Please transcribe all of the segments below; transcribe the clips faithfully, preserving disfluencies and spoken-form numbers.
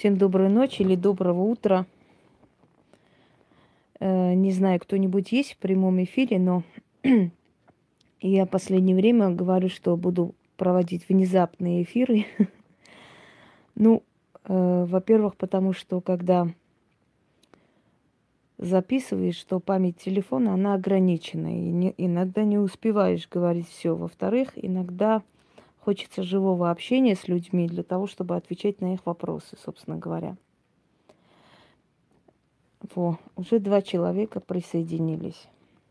Всем доброй ночи или доброго утра. Э, Не знаю, кто-нибудь есть в прямом эфире, но я в последнее время говорю, что буду проводить внезапные эфиры. Ну, э, во-первых, потому что когда записываешь, что память телефона, она ограничена, и не- иногда не успеваешь говорить все. Во-вторых, иногда хочется живого общения с людьми для того, чтобы отвечать на их вопросы, собственно говоря. Во, уже два человека присоединились.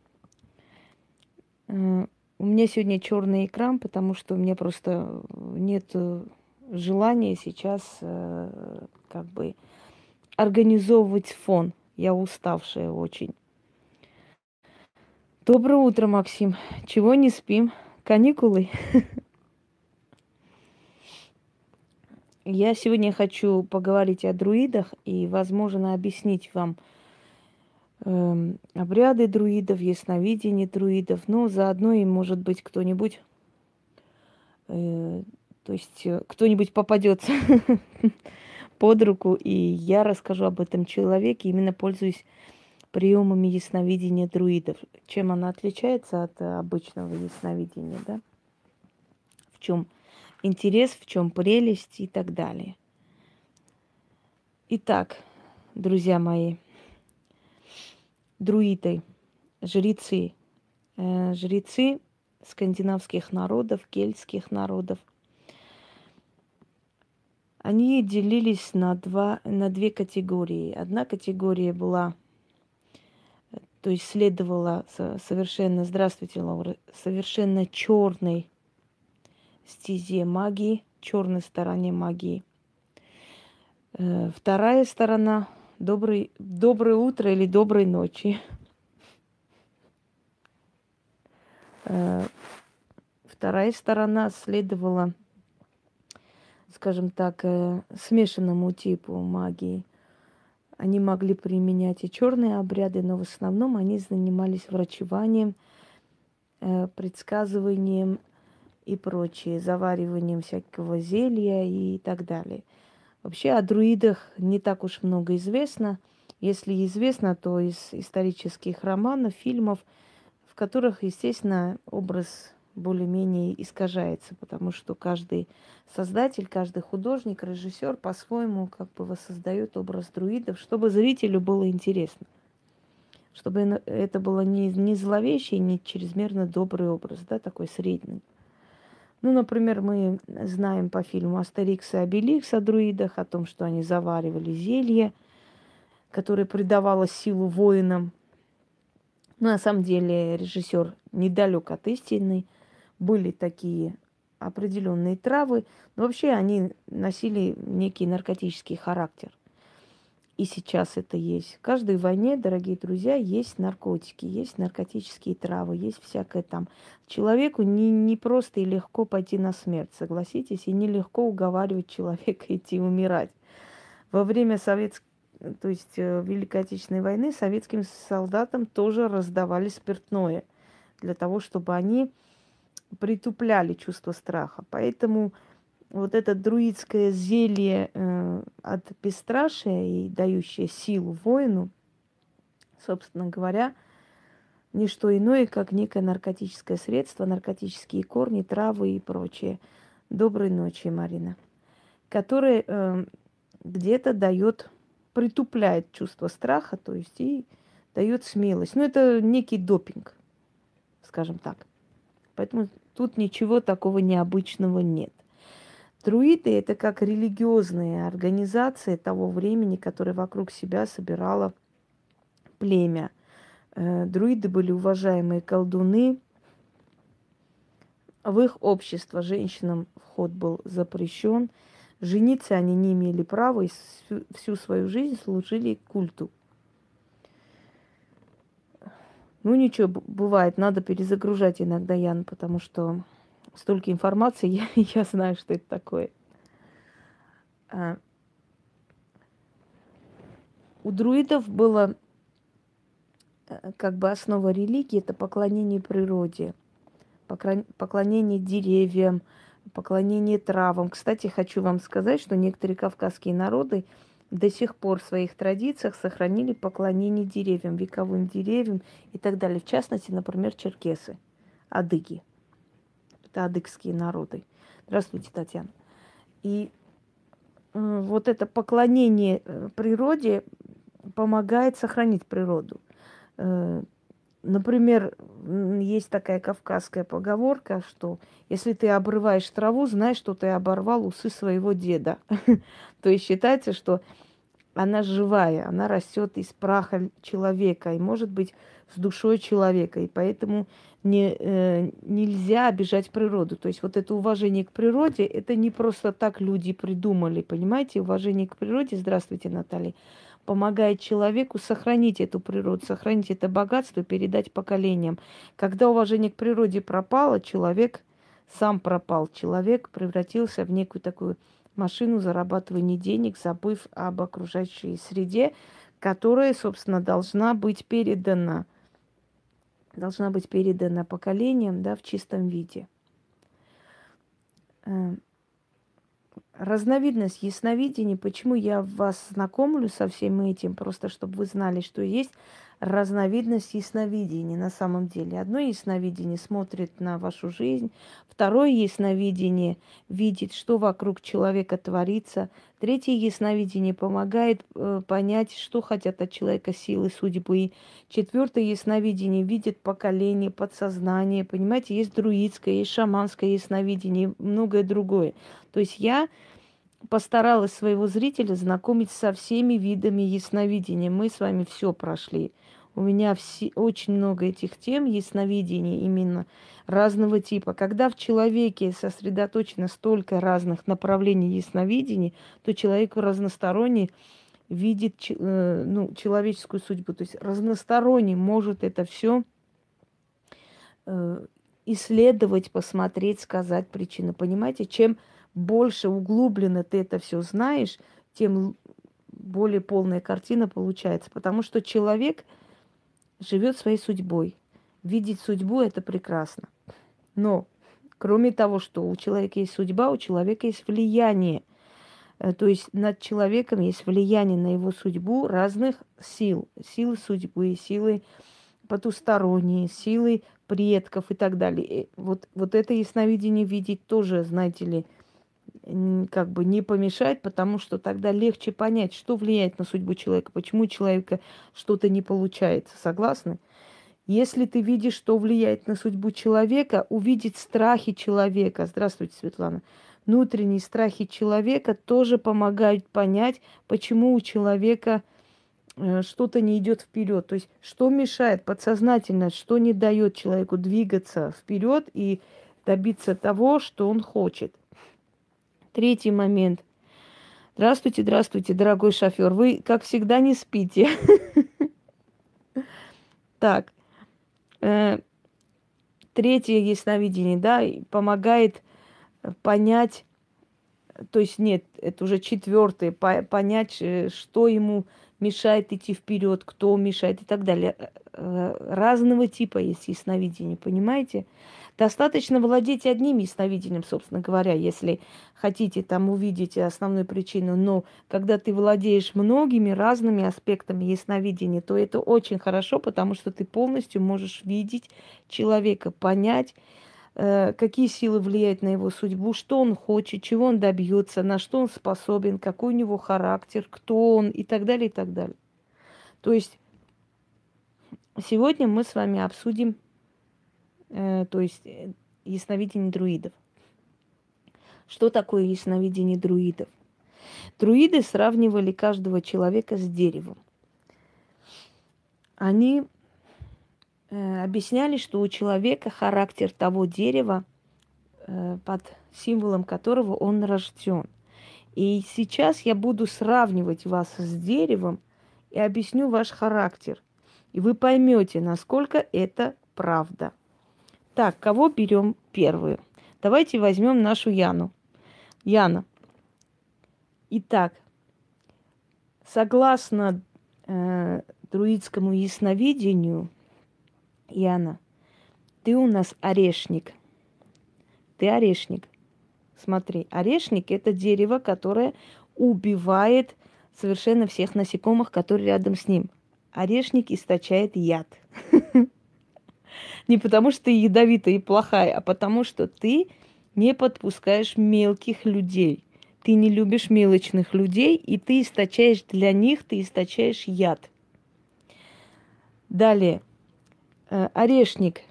Э, У меня сегодня черный экран, потому что у меня просто нет э, желания сейчас э, как бы организовывать фон. Я уставшая очень. Доброе утро, Максим. Чего не спим? Каникулы? Я сегодня хочу поговорить о друидах и, возможно, объяснить вам эм, обряды друидов, ясновидение друидов. Но заодно и, может быть, кто-нибудь, э, то есть э, кто-нибудь попадется под руку, и я расскажу об этом человеке, именно пользуясь приемами ясновидения друидов. Чем она отличается от э, обычного ясновидения, да? В чем интерес, в чем прелесть и так далее. Итак, друзья мои, друиды, жрецы, э, жрецы скандинавских народов, кельтских народов, они делились на, два, на две категории. Одна категория была, то есть следовала совершенно, здравствуйте, Лаура, совершенно черной стезе магии, черной стороне магии. Э, Вторая сторона, добрый, доброе утро или доброй ночи. Э, Вторая сторона следовала, скажем так, э, смешанному типу магии. Они могли применять и черные обряды, но в основном они занимались врачеванием, э, предсказыванием и прочее, завариванием всякого зелья и так далее. Вообще о друидах не так уж много известно. Если известно, то из исторических романов, фильмов, в которых, естественно, образ более-менее искажается, потому что каждый создатель, каждый художник, режиссер по-своему как бы воссоздает образ друидов, чтобы зрителю было интересно, чтобы это было не, не зловещий, не чрезмерно добрый образ, да, такой средний. Ну, например, мы знаем по фильму «Астерикс и Обеликс» о друидах, о том, что они заваривали зелье, которое придавало силу воинам. Но на самом деле режиссер недалек от истины. Были такие определенные травы, но вообще они носили некий наркотический характер. И сейчас это есть. В каждой войне, дорогие друзья, есть наркотики, есть наркотические травы, есть всякое там. Человеку не, не просто и легко пойти на смерть, согласитесь, и нелегко уговаривать человека идти умирать. Во время советской, то есть э, Великой Отечественной войны советским солдатам тоже раздавали спиртное для того, чтобы они притупляли чувство страха. Поэтому вот это друидское зелье э, от бесстрашия и дающее силу воину, собственно говоря, не что иное, как некое наркотическое средство, наркотические корни, травы и прочее. Доброй ночи, Марина. Которое э, где-то дает, притупляет чувство страха, то есть и дает смелость. Ну, это некий допинг, скажем так. Поэтому тут ничего такого необычного нет. Друиды – это как религиозная организация того времени, которая вокруг себя собирала племя. Э, Друиды были уважаемые колдуны. В их общество женщинам вход был запрещен. Жениться они не имели права и всю, всю свою жизнь служили культу. Ну ничего, б- бывает, надо перезагружать иногда, Ян, потому что столько информации, я, я знаю, что это такое. А, у друидов было э, как бы основа религии – это поклонение природе, покра- поклонение деревьям, поклонение травам. Кстати, хочу вам сказать, что некоторые кавказские народы до сих пор в своих традициях сохранили поклонение деревьям, вековым деревьям и так далее. В частности, например, черкесы, адыги. Это адыгские народы. Здравствуйте, Татьяна. И э, вот это поклонение э, природе помогает сохранить природу. Э, Например, м, есть такая кавказская поговорка, что если ты обрываешь траву, знай, что ты оборвал усы своего деда. То есть считается, что она живая, она растет из праха человека и может быть с душой человека. И поэтому не, э, нельзя обижать природу. То есть вот это уважение к природе, это не просто так люди придумали, понимаете? Уважение к природе, здравствуйте, Наталья, помогает человеку сохранить эту природу, сохранить это богатство, передать поколениям. Когда уважение к природе пропало, человек сам пропал. Человек превратился в некую такую машину зарабатывания денег, забыв об окружающей среде, которая, собственно, должна быть передана, должна быть передана поколениям, да, в чистом виде. Э, Разновидность ясновидения, почему я вас знакомлю со всем этим, просто чтобы вы знали, что есть разновидность ясновидения на самом деле. Одно ясновидение смотрит на вашу жизнь, второе ясновидение видит, что вокруг человека творится, третье ясновидение помогает э, понять, что хотят от человека силы судьбы, четвертое ясновидение видит поколение, подсознание, понимаете, есть друидское, есть шаманское ясновидение, многое другое. То есть я постаралась своего зрителя знакомить со всеми видами ясновидения. Мы с вами все прошли. У меня все, очень много этих тем ясновидения именно разного типа. Когда в человеке сосредоточено столько разных направлений ясновидения, то человек разносторонний видит э, ну, человеческую судьбу. То есть разносторонний может это все э, исследовать, посмотреть, сказать причину. Понимаете, чем больше углубленно ты это все знаешь, тем более полная картина получается. Потому что человек живет своей судьбой. Видеть судьбу – это прекрасно. Но кроме того, что у человека есть судьба, у человека есть влияние. Э, То есть над человеком есть влияние на его судьбу разных сил. Силы судьбы, силы потусторонние, силы предков и так далее. И вот, вот это ясновидение видеть тоже, знаете ли, н- как бы не помешает, потому что тогда легче понять, что влияет на судьбу человека, почему у человека что-то не получается. Согласны? Если ты видишь, что влияет на судьбу человека, увидеть страхи человека. Здравствуйте, Светлана. Внутренние страхи человека тоже помогают понять, почему у человека э, что-то не идет вперед. То есть, что мешает подсознательно, что не дает человеку двигаться вперед и добиться того, что он хочет. Третий момент. Здравствуйте, здравствуйте, дорогой шофер. Вы, как всегда, не спите. Так, э, третье ясновидение, да, и помогает э, понять, то есть нет, это уже четвертое, по- понять, э, что ему мешает идти вперед, кто мешает и так далее. Э, э, Разного типа есть ясновидение, понимаете? Достаточно владеть одним ясновидением, собственно говоря, если хотите там увидеть основную причину. Но когда ты владеешь многими разными аспектами ясновидения, то это очень хорошо, потому что ты полностью можешь видеть человека, понять, э, какие силы влияют на его судьбу, что он хочет, чего он добьется, на что он способен, какой у него характер, кто он и так далее, и так далее. То есть сегодня мы с вами обсудим, э, то есть э, ясновидение друидов. Что такое ясновидение друидов? Друиды сравнивали каждого человека с деревом. Они э, объясняли, что у человека характер того дерева, э, под символом которого он рожден. И сейчас я буду сравнивать вас с деревом и объясню ваш характер. И вы поймете, насколько это правда. Так, кого берем первую? Давайте возьмем нашу Яну. Яна. Итак, согласно э, друидскому ясновидению, Яна, ты у нас орешник. Ты орешник. Смотри, орешник – это дерево, которое убивает совершенно всех насекомых, которые рядом с ним. Орешник источает яд. Не потому, что ты ядовитая и плохая, а потому, что ты не подпускаешь мелких людей. Ты не любишь мелочных людей, и ты источаешь для них, ты источаешь яд. Далее. Э, Орешник.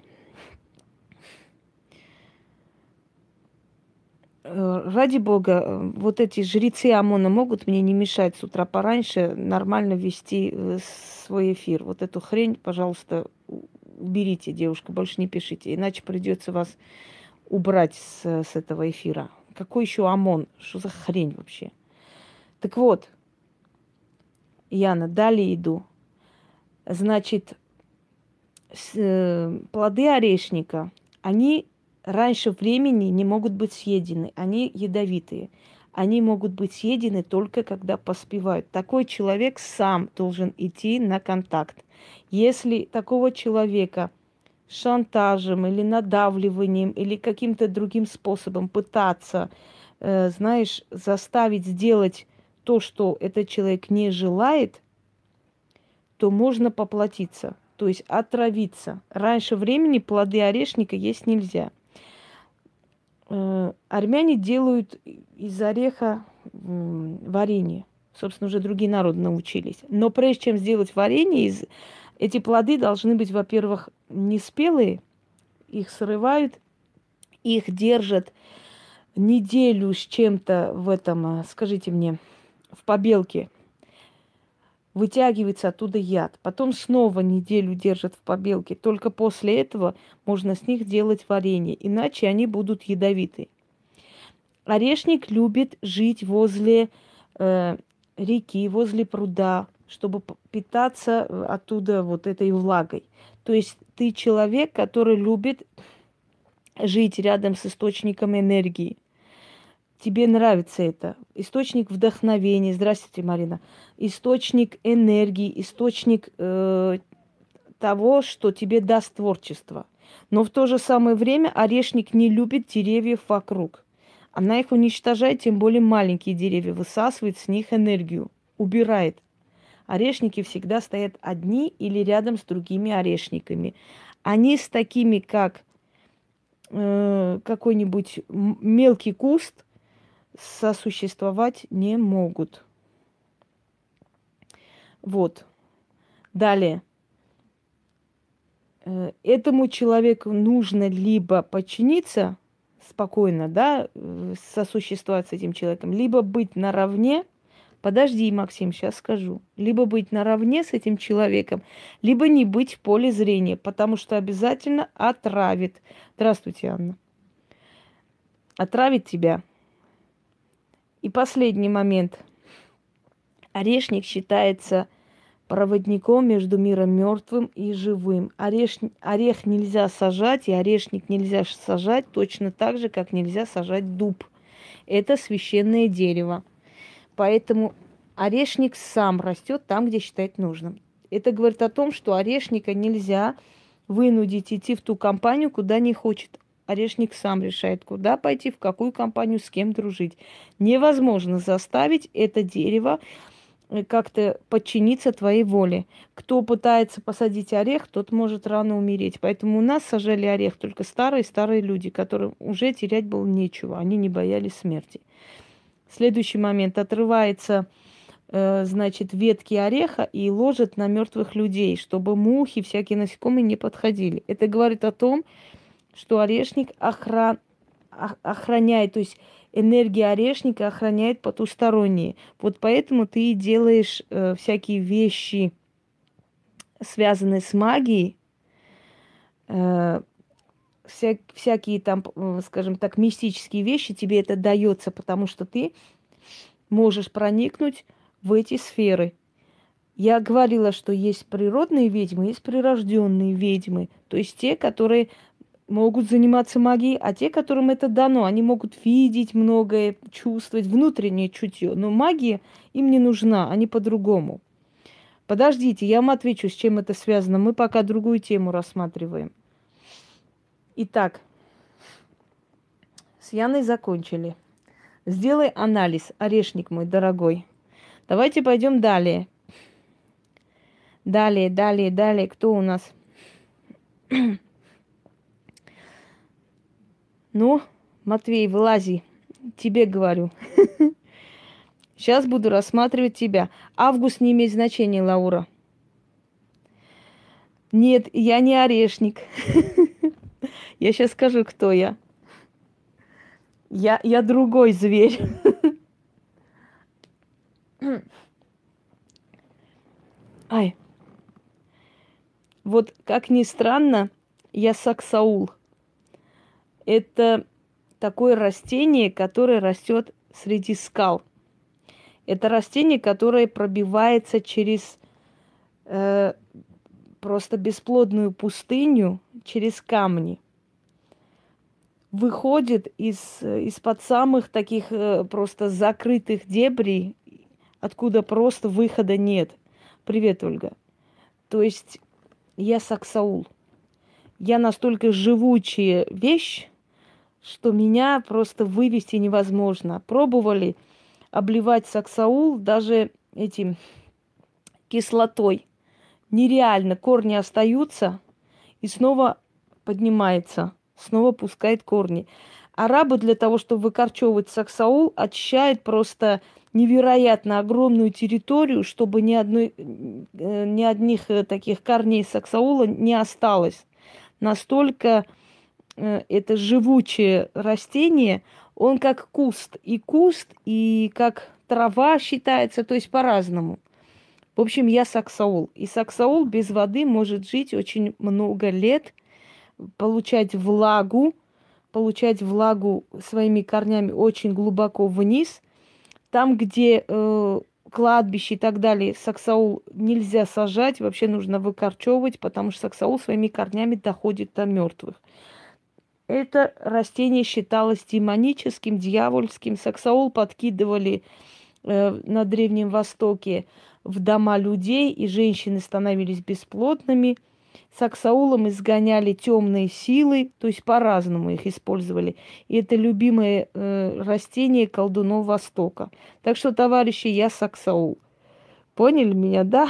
Э, Ради бога, э, вот эти жрецы ОМОНа могут мне не мешать с утра пораньше нормально вести э, свой эфир. Вот эту хрень, пожалуйста, у- уберите, девушка, больше не пишите, иначе придется вас убрать с, с этого эфира. Какой еще ОМОН? Что за хрень вообще? Так вот, Яна, далее иду. Значит, с- э, плоды орешника, они раньше времени не могут быть съедены. Они ядовитые. Они могут быть съедены только когда поспевают. Такой человек сам должен идти на контакт. Если такого человека шантажем или надавливанием или каким-то другим способом пытаться, э, знаешь, заставить сделать то, что этот человек не желает, то можно поплатиться, то есть отравиться. Раньше времени плоды орешника есть нельзя. Э, Армяне делают из ореха м, варенье. Собственно, уже другие народы научились. Но прежде чем сделать варенье, из... эти плоды должны быть, во-первых, не спелые, их срывают, их держат неделю с чем-то в этом, а, скажите мне, в побелке. Вытягивается оттуда яд. Потом снова неделю держат в побелке. Только после этого можно с них делать варенье, иначе они будут ядовиты. Орешник любит жить возле э, реки, возле пруда, чтобы п- питаться э, оттуда вот этой влагой. То есть ты человек, который любит жить рядом с источником энергии. Тебе нравится это. Источник вдохновения. Здравствуйте, Марина. Источник энергии, источник э, того, что тебе даст творчество. Но в то же самое время орешник не любит деревьев вокруг. Она их уничтожает, тем более маленькие деревья, высасывает с них энергию, убирает. Орешники всегда стоят одни или рядом с другими орешниками. Они с такими, как э, какой-нибудь м- мелкий куст, сосуществовать не могут. Вот. Далее. Э, Этому человеку нужно либо подчиниться спокойно, да, э, сосуществовать с этим человеком, либо быть наравне. Подожди, Максим, сейчас скажу. Либо быть наравне с этим человеком, либо не быть в поле зрения, потому что обязательно отравит. Здравствуйте, Анна. Отравит тебя. И последний момент. Орешник считается проводником между миром мертвым и живым. Ореш... Орех нельзя сажать, и орешник нельзя сажать точно так же, как нельзя сажать дуб. Это священное дерево. Поэтому орешник сам растет там, где считает нужным. Это говорит о том, что орешника нельзя вынудить идти в ту компанию, куда не хочет. Орешник сам решает, куда пойти, в какую компанию, с кем дружить. Невозможно заставить это дерево э, как-то подчиниться твоей воле. Кто пытается посадить орех, тот может рано умереть. Поэтому у нас сажали орех только старые-старые люди, которым уже терять было нечего. Они не боялись смерти. Следующий момент. Отрывается, э, значит, ветки ореха и ложат на мертвых людей, чтобы мухи, всякие насекомые не подходили. Это говорит о том, что орешник охра... ох- охраняет, то есть энергия орешника охраняет потусторонние. Вот поэтому ты и делаешь э, всякие вещи, связанные с магией, э, вся... всякие там, э, скажем так, мистические вещи, тебе это дается, потому что ты можешь проникнуть в эти сферы. Я говорила, что есть природные ведьмы, есть прирожденные ведьмы, то есть те, которые могут заниматься магией, а те, которым это дано, они могут видеть многое, чувствовать, внутреннее чутье. Но магия им не нужна, они по-другому. Подождите, я вам отвечу, с чем это связано. Мы пока другую тему рассматриваем. Итак, с Яной закончили. Сделай анализ, орешник мой дорогой. Давайте пойдем далее. Далее, далее, далее. Кто у нас? Ну, Матвей, вылази. Тебе говорю. Сейчас буду рассматривать тебя. Август не имеет значения, Лаура. Нет, я не орешник. Я сейчас скажу, кто я. Я, я другой зверь. Ай. Вот, как ни странно, я саксаул. Это такое растение, которое растет среди скал. Это растение, которое пробивается через э, просто бесплодную пустыню, через камни. Выходит из, из-под самых таких э, просто закрытых дебрей, откуда просто выхода нет. Привет, Ольга. То есть я саксаул. Я настолько живучая вещь, что меня просто вывести невозможно. Пробовали обливать саксаул даже этим кислотой. Нереально. Корни остаются и снова поднимается, снова пускает корни. Арабы для того, чтобы выкорчевывать саксаул, очищают просто невероятно огромную территорию, чтобы ни, одной, ни одних таких корней саксаула не осталось. Настолько это живучее растение, он как куст. И куст, и как трава считается, то есть по-разному. В общем, я саксаул. И саксаул без воды может жить очень много лет, получать влагу, получать влагу своими корнями очень глубоко вниз. Там, где э, кладбище и так далее, саксаул нельзя сажать, вообще нужно выкорчевывать, потому что саксаул своими корнями доходит до мертвых. Это растение считалось демоническим, дьявольским. Саксаул подкидывали э, на Древнем Востоке в дома людей, и женщины становились бесплодными. Саксаулом изгоняли темные силы, то есть по-разному их использовали. И это любимое э, растение колдунов Востока. Так что, товарищи, я саксаул. Поняли меня, да?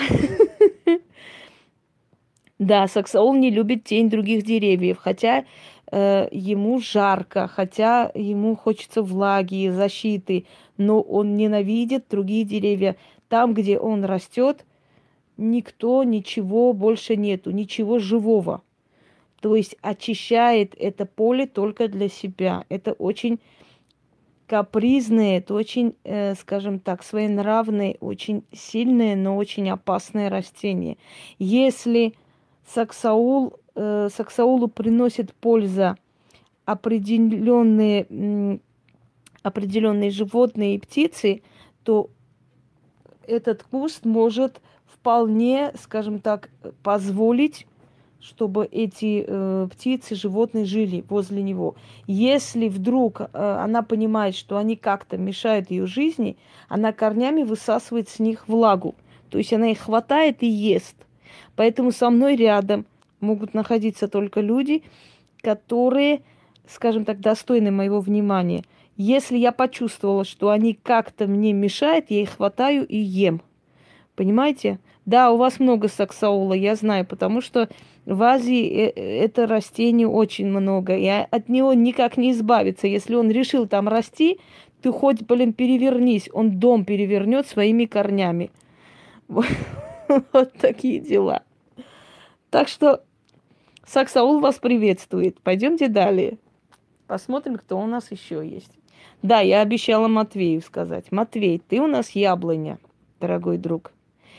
Да, саксаул не любит тень других деревьев, хотя э, ему жарко, хотя ему хочется влаги, защиты, но он ненавидит другие деревья. Там, где он растет, никто, ничего больше нету, ничего живого. То есть очищает это поле только для себя. Это очень капризное, это очень, э, скажем так, своенравное, очень сильное, но очень опасное растение. Если саксаул, э, саксаулу приносит польза определенные, м, определенные животные и птицы, то этот куст может вполне, скажем так, позволить, чтобы эти э, птицы, животные жили возле него. Если вдруг э, она понимает, что они как-то мешают ее жизни, она корнями высасывает с них влагу. То есть она их хватает и ест. Поэтому со мной рядом могут находиться только люди, которые, скажем так, достойны моего внимания. Если я почувствовала, что они как-то мне мешают, я их хватаю и ем. Понимаете? Да, у вас много саксаула, я знаю, потому что в Азии это растение очень много, и от него никак не избавиться. Если он решил там расти, ты хоть, блин, перевернись, он дом перевернет своими корнями. Вот такие дела. Так что саксаул вас приветствует. Пойдемте далее. Посмотрим, кто у нас еще есть. Да, я обещала Матвею сказать. Матвей, ты у нас яблоня, дорогой друг.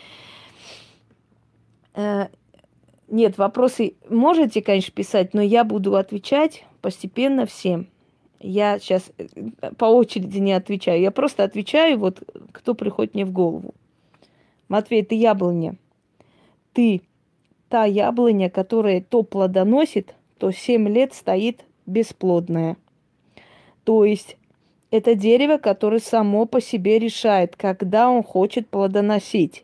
Э, нет, вопросы можете, конечно, писать, но я буду отвечать постепенно всем. Я сейчас по очереди не отвечаю. Я просто отвечаю, вот кто приходит мне в голову. Матвей, ты яблоня. Ты та яблоня, которая то плодоносит, то семь лет стоит бесплодная. То есть это дерево, которое само по себе решает, когда он хочет плодоносить.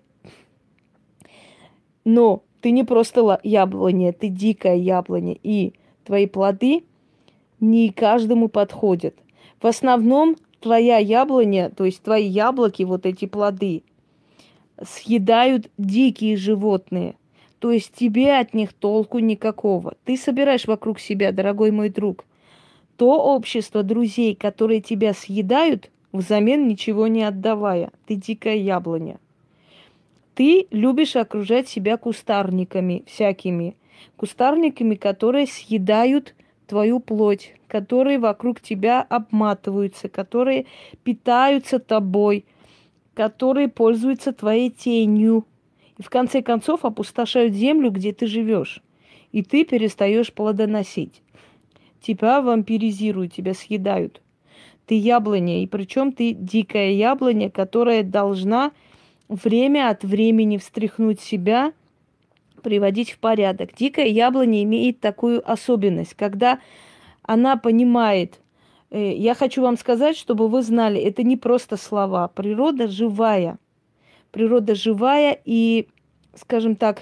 Но ты не просто яблоня, ты дикая яблоня, и твои плоды не каждому подходят. В основном твоя яблоня, то есть твои яблоки, вот эти плоды, съедают дикие животные. То есть тебе от них толку никакого. Ты собираешь вокруг себя, дорогой мой друг, то общество друзей, которые тебя съедают, взамен ничего не отдавая. Ты дикая яблоня. Ты любишь окружать себя кустарниками всякими. Кустарниками, которые съедают твою плоть, которые вокруг тебя обматываются, которые питаются тобой, которые пользуются твоей тенью. И в конце концов опустошают землю, где ты живешь. И ты перестаешь плодоносить. Тебя вампиризируют, тебя съедают. Ты яблоня, и причем ты дикая яблоня, которая должна время от времени встряхнуть себя, приводить в порядок. Дикая яблоня имеет такую особенность, когда она понимает, э, я хочу вам сказать, чтобы вы знали, это не просто слова. Природа живая. Природа живая, и, скажем так,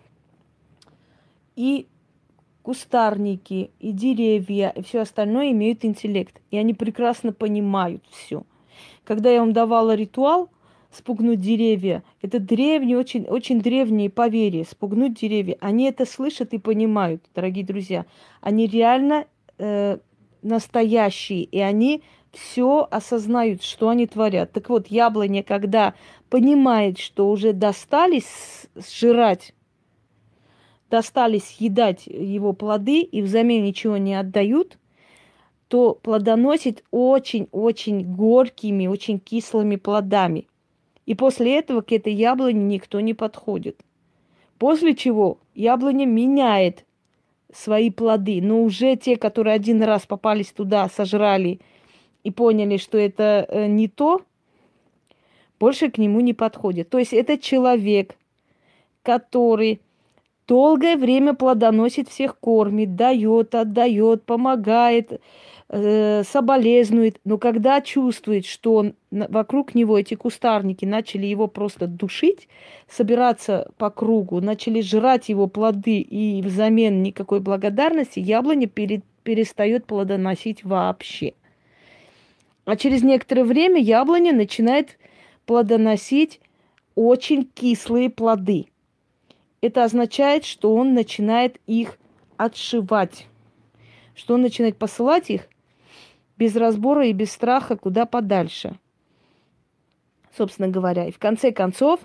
и кустарники, и деревья, и все остальное имеют интеллект. И они прекрасно понимают все. Когда я вам давала ритуал спугнуть деревья, это древние, очень, очень древние поверья, спугнуть деревья. Они это слышат и понимают, дорогие друзья. Они реально э, настоящие, и они все осознают, что они творят. Так вот, яблоня, когда понимает, что уже достались сжирать, достали съедать его плоды и взамен ничего не отдают, то плодоносит очень-очень горькими, очень кислыми плодами. И после этого к этой яблоне никто не подходит. После чего яблоня меняет свои плоды, но уже те, которые один раз попались туда, сожрали и поняли, что это э, не то, больше к нему не подходит. То есть это человек, который долгое время плодоносит, всех кормит, дает, отдает, помогает, э, соболезнует. Но когда чувствует, что он, вокруг него эти кустарники начали его просто душить, собираться по кругу, начали жрать его плоды, и взамен никакой благодарности, яблоня пере, перестает плодоносить вообще. А через некоторое время яблоня начинает плодоносить очень кислые плоды. Это означает, что он начинает их отшивать, что он начинает посылать их без разбора и без страха куда подальше, собственно говоря. И в конце концов,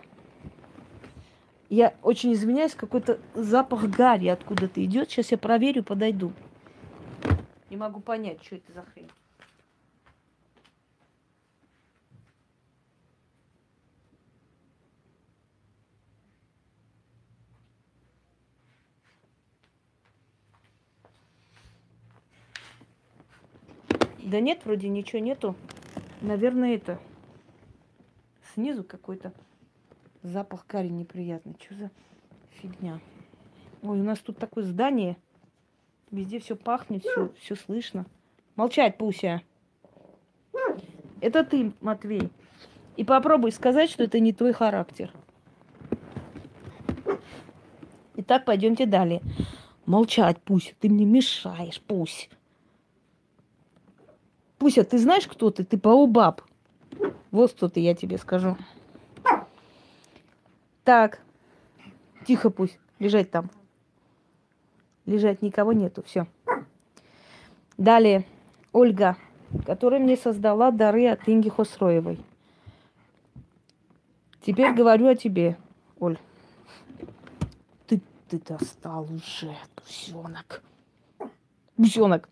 я очень извиняюсь, какой-то запах гари откуда-то идет. Сейчас я проверю, подойду. Не могу понять, что это за хрень. Да нет, вроде ничего нету. Наверное, это снизу какой-то запах карри неприятный. Что за фигня? Ой, у нас тут такое здание. Везде все пахнет, все, все слышно. Молчать, Пуся. Это ты, Матвей. И попробуй сказать, что это не твой характер. Итак, пойдемте далее. Молчать, Пуся. Ты мне мешаешь, Пусь. Пуся, ты знаешь, кто ты? Ты Баобаб. Вот кто ты, я тебе скажу. Так. Тихо, Пусь. Лежать там. Лежать, никого нету. Все. Далее. Ольга, которая мне создала дары от Инги Хосроевой. Теперь говорю о тебе, Оль. Ты, ты достал уже, пусенок. Пусенок.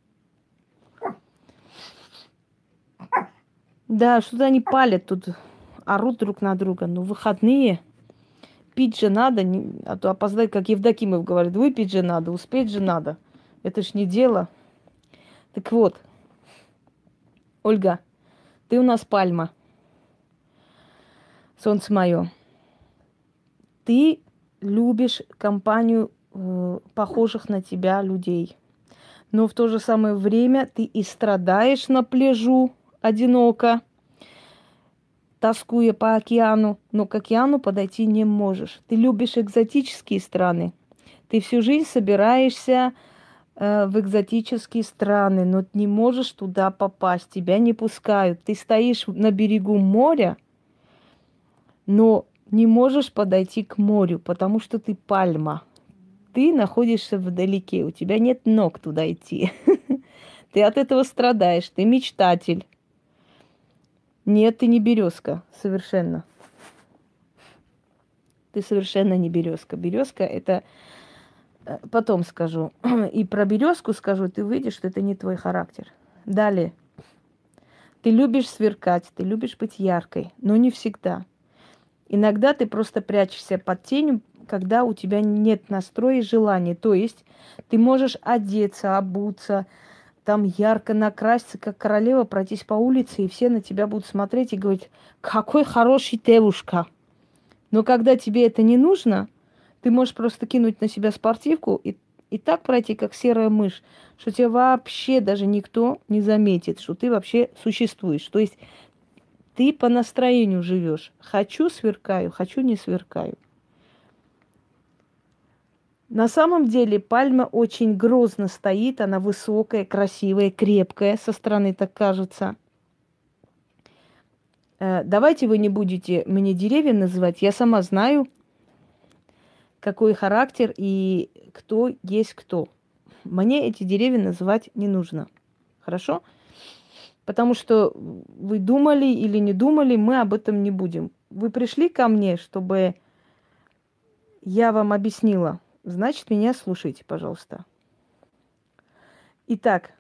Да, что-то они палят тут, орут друг на друга. Ну, выходные. Пить же надо, а то опоздать, как Евдокимов говорит, выпить же надо, успеть же надо. Это ж не дело. Так вот, Ольга, ты у нас пальма. Солнце мое. Ты любишь компанию э, похожих на тебя людей. Но в то же самое время ты и страдаешь на пляжу одиноко, тоскуя по океану, но к океану подойти не можешь. Ты любишь экзотические страны. Ты всю жизнь собираешься э, в экзотические страны, но не можешь туда попасть, тебя не пускают. Ты стоишь на берегу моря, но не можешь подойти к морю, потому что ты пальма. Ты находишься вдалеке, у тебя нет ног туда идти. Ты от этого страдаешь, ты мечтатель. Нет, ты не березка, совершенно. Ты совершенно не березка. Березка это э, потом скажу. И про березку скажу, ты выйдешь, что это не твой характер. Далее. Ты любишь сверкать, ты любишь быть яркой, но не всегда. Иногда ты просто прячешься под тенью, когда у тебя нет настроя и желания. То есть ты можешь одеться, обуться, там ярко накраситься, как королева, пройтись по улице, и все на тебя будут смотреть и говорить, какой хороший девушка. Но когда тебе это не нужно, ты можешь просто кинуть на себя спортивку и, и так пройти, как серая мышь, что тебя вообще даже никто не заметит, что ты вообще существуешь. То есть ты по настроению живешь. Хочу — сверкаю, хочу — не сверкаю. На самом деле пальма очень грозно стоит, она высокая, красивая, крепкая, со стороны так кажется. Э, Давайте вы не будете мне деревья называть, я сама знаю, какой характер и кто есть кто. Мне эти деревья называть не нужно. Хорошо? Потому что вы думали или не думали, мы об этом не будем. Вы пришли ко мне, чтобы я вам объяснила. Значит, меня слушайте, пожалуйста. Итак,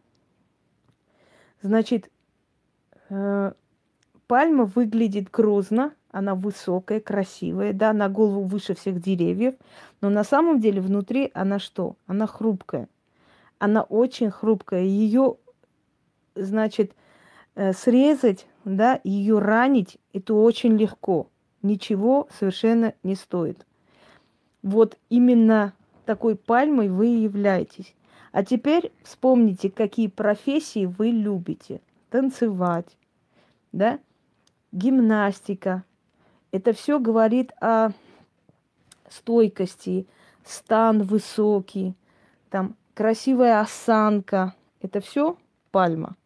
значит, э, пальма выглядит грозно, она высокая, красивая, да, на голову выше всех деревьев, но на самом деле внутри она что? Она хрупкая. Она очень хрупкая. Ее, значит, э, срезать, да, ее ранить, это очень легко. Ничего совершенно не стоит. Вот именно такой пальмой вы и являетесь. А теперь вспомните, какие профессии вы любите. Танцевать, да, гимнастика. Это все говорит о стойкости, стан высокий, там красивая осанка. Это все пальма.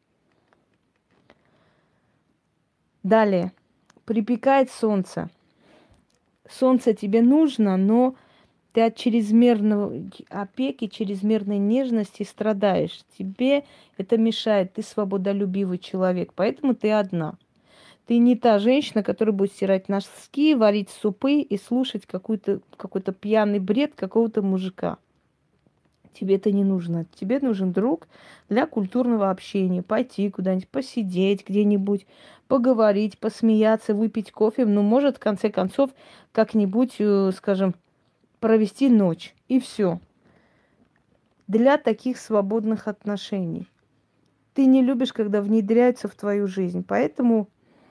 Далее. Припекает солнце. Солнце тебе нужно, но ты от чрезмерной опеки, чрезмерной нежности страдаешь. Тебе это мешает. Ты свободолюбивый человек, поэтому ты одна. Ты не та женщина, которая будет стирать носки, варить супы и слушать какой-то какой-то пьяный бред какого-то мужика. Тебе это не нужно. Тебе нужен друг для культурного общения. Пойти куда-нибудь, посидеть где-нибудь, поговорить, посмеяться, выпить кофе. Ну, может, в конце концов, как-нибудь, э, скажем, провести ночь. И все. Для таких свободных отношений. Ты не любишь, когда внедряются в твою жизнь. Поэтому,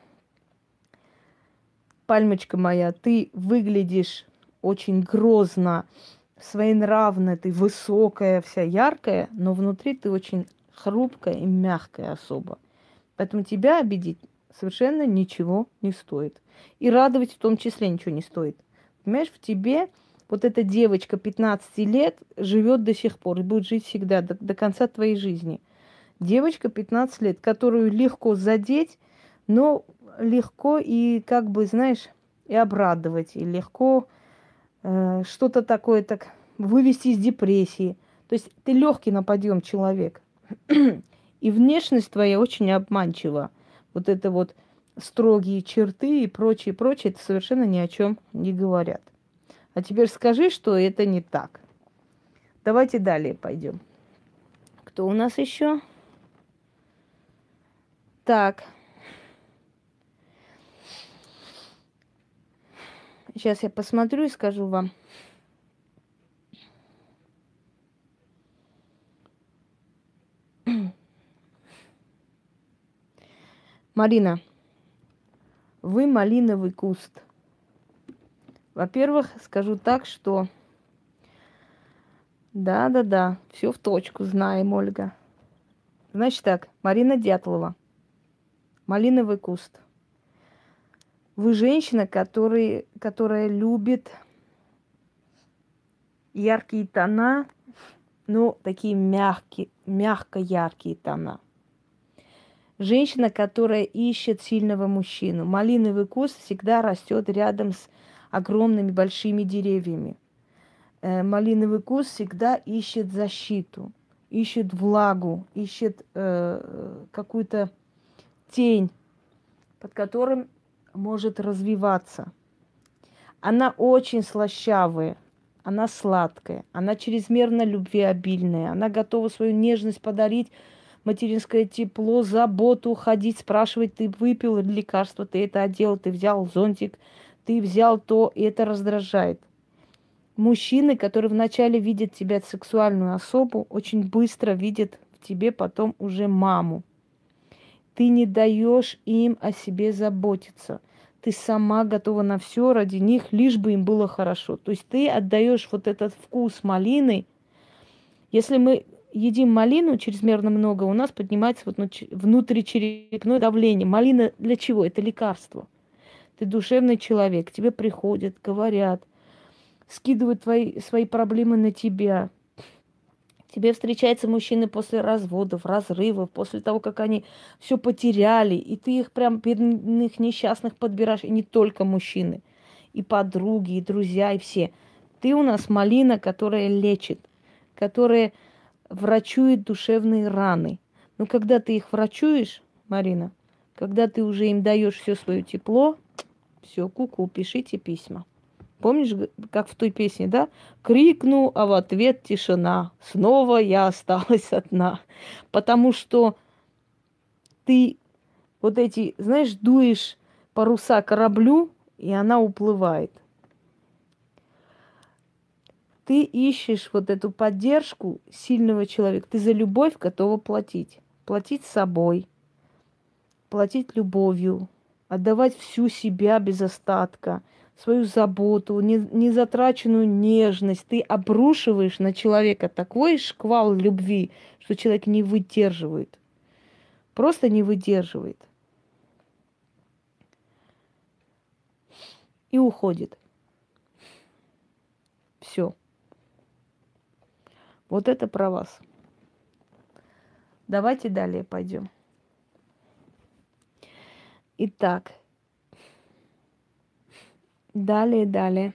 пальмочка моя, ты выглядишь очень грозно, своенравная, ты высокая, вся яркая, но внутри ты очень хрупкая и мягкая особа. Поэтому тебя обидеть совершенно ничего не стоит. И радовать в том числе ничего не стоит. Понимаешь, в тебе вот эта девочка пятнадцати лет живет до сих пор и будет жить всегда, до, до конца твоей жизни. Девочка пятнадцать лет, которую легко задеть, но легко и, как бы, знаешь, и обрадовать, и легко э, что-то такое так вывести из депрессии. То есть ты легкий на подъем человек. И внешность твоя очень обманчива. Вот это вот строгие черты и прочее, прочее, это совершенно ни о чем не говорят. А теперь скажи, что это не так. Давайте далее пойдем. Кто у нас еще? Так. Сейчас я посмотрю и скажу вам. Марина, вы малиновый куст. Во-первых, скажу так, что да-да-да, все в точку, знаем, Ольга. Значит так, Марина Дятлова, малиновый куст. Вы женщина, который, которая любит яркие тона, ну, такие мягкие, мягко яркие тона. Женщина, которая ищет сильного мужчину. Малиновый куст всегда растет рядом с огромными большими деревьями. Э, малиновый куст всегда ищет защиту, ищет влагу, ищет э, какую-то тень, под которым может развиваться. Она очень слащавая, она сладкая, она чрезмерно любвеобильная, она готова свою нежность подарить, материнское тепло, заботу, ходить, спрашивать, ты выпил лекарство, ты это одел, ты взял зонтик, ты взял то, и это раздражает. Мужчины, которые вначале видят тебя сексуальную особу, очень быстро видят в тебе потом уже маму. Ты не даешь им о себе заботиться. Ты сама готова на все ради них, лишь бы им было хорошо. То есть ты отдаешь вот этот вкус малины. Если мы едим малину чрезмерно много, у нас поднимается вот внутричерепное давление. Малина для чего? Это лекарство. Ты душевный человек, к тебе приходят, говорят, скидывают твои, свои проблемы на тебя. Тебе встречаются мужчины после разводов, разрывов, после того, как они все потеряли, и ты их прям бедных несчастных подбираешь, и не только мужчины, и подруги, и друзья, и все. Ты у нас малина, которая лечит, которая врачует душевные раны. Но когда ты их врачуешь, Марина, когда ты уже им даешь все свое тепло, все, ку-ку, пишите письма. Помнишь, как в той песне, да? Крикну, а в ответ тишина. Снова я осталась одна. Потому что ты вот эти, знаешь, дуешь паруса кораблю, и она уплывает. Ты ищешь вот эту поддержку сильного человека. Ты за любовь готова платить. Платить собой, платить любовью, отдавать всю себя без остатка, свою заботу, незатраченную нежность. Ты обрушиваешь на человека такой шквал любви, что человек не выдерживает. Просто не выдерживает. И уходит. Все. Вот это про вас. Давайте далее пойдем. Итак. Далее, далее.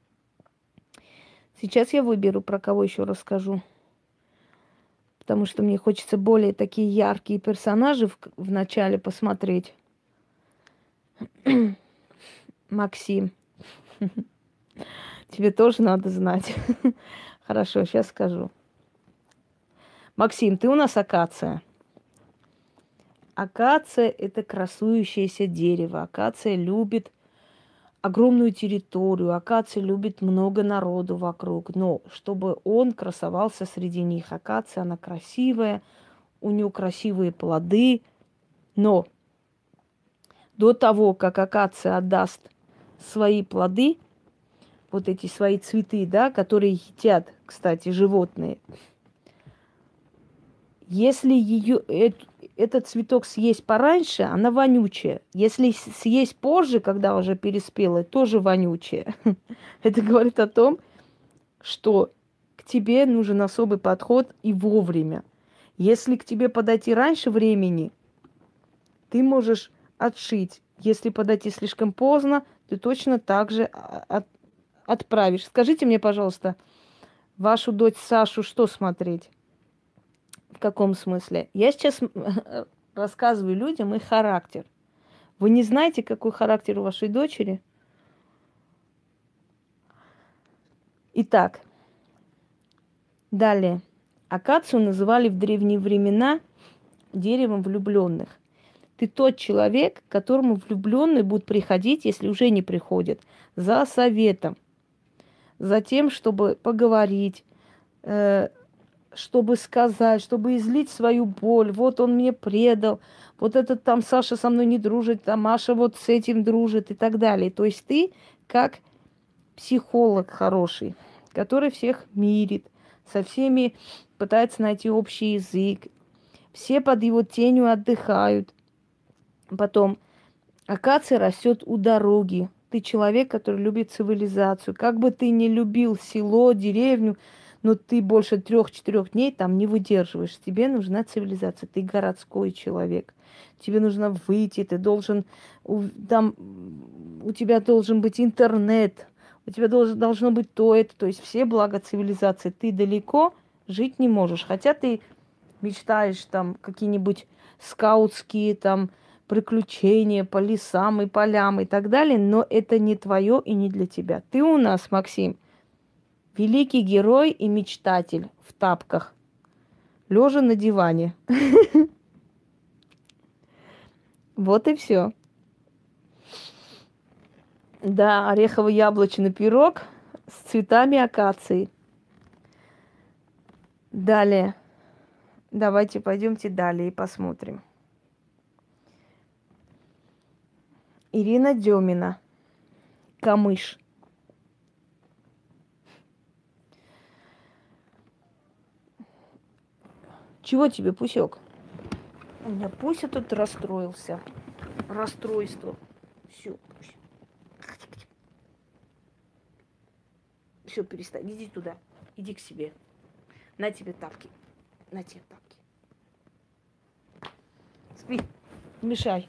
Сейчас я выберу, про кого еще расскажу. Потому что мне хочется более такие яркие персонажи в, в начале посмотреть. Максим. Тебе тоже надо знать. Хорошо, сейчас скажу. Максим, ты у нас акация. Акация – это красующееся дерево. Акация любит огромную территорию. Акация любит много народу вокруг. Но чтобы он красовался среди них. Акация, она красивая, у нее красивые плоды. Но до того, как акация отдаст свои плоды, вот эти свои цветы, да, которые едят, кстати, животные, если ее, этот цветок съесть пораньше, она вонючая. Если съесть позже, когда уже переспела, тоже вонючая. Это говорит о том, что к тебе нужен особый подход и вовремя. Если к тебе подойти раньше времени, ты можешь отшить. Если подойти слишком поздно, ты точно так же от, отправишь. Скажите мне, пожалуйста, вашу дочь Сашу что смотреть? В каком смысле? Я сейчас рассказываю людям их характер. Вы не знаете, какой характер у вашей дочери? Итак, далее. Акацию называли в древние времена деревом влюбленных. Ты тот человек, к которому влюбленные будут приходить, если уже не приходят, за советом, за тем, чтобы поговорить, э, чтобы сказать, чтобы излить свою боль. Вот он мне предал, вот этот там Саша со мной не дружит, а Маша вот с этим дружит и так далее. То есть ты как психолог хороший, который всех мирит, со всеми пытается найти общий язык. Все под его тенью отдыхают. Потом акация растет у дороги. Ты человек, который любит цивилизацию. Как бы ты ни любил село, деревню, но ты больше трех-четырех дней там не выдерживаешь. Тебе нужна цивилизация. Ты городской человек. Тебе нужно выйти, ты должен... у- Там у тебя должен быть интернет, у тебя должен, должно быть то, это. То есть все блага цивилизации. Ты далеко жить не можешь. Хотя ты мечтаешь там какие-нибудь скаутские там приключения по лесам и полям и так далее, но это не твое и не для тебя. Ты у нас, Максим, великий герой и мечтатель в тапках, лежа на диване. Вот и все. Да, орехово-яблочный пирог с цветами акации. Далее. Давайте пойдемте далее и посмотрим. Ирина Демина. Камыш. Чего тебе, Пусек? У меня Пуся тут расстроился. Расстройство. Все, Пуся. Все, перестань. Иди туда. Иди к себе. На тебе тапки. На тебе тапки. Спи. Не мешай.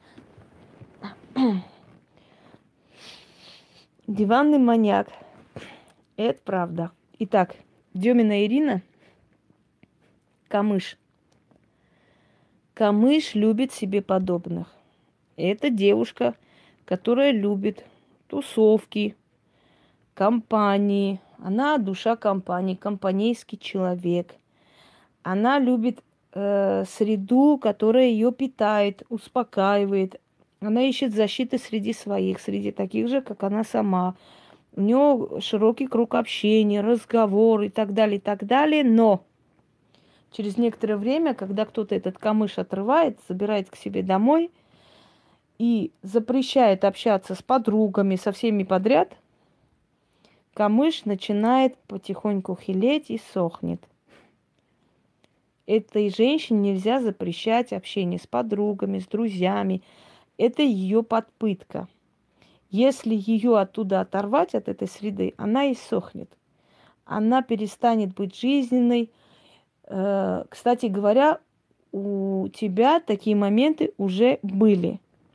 Диванный маньяк. Это правда. Итак, Демина Ирина. Камыш. Камыш любит себе подобных. Это девушка, которая любит тусовки, компании. Она душа компании, компанейский человек. Она любит э, среду, которая ее питает, успокаивает. Она ищет защиты среди своих, среди таких же, как она сама. У нее широкий круг общения, разговор и так далее, и так далее. Но через некоторое время, когда кто-то этот камыш отрывает, забирает к себе домой и запрещает общаться с подругами, со всеми подряд, камыш начинает потихоньку хилеть и сохнет. Этой женщине нельзя запрещать общение с подругами, с друзьями. Это ее подпытка. Если ее оттуда оторвать, от этой среды, она и сохнет. Она перестанет быть жизненной. Э, Кстати говоря, у тебя такие моменты уже были,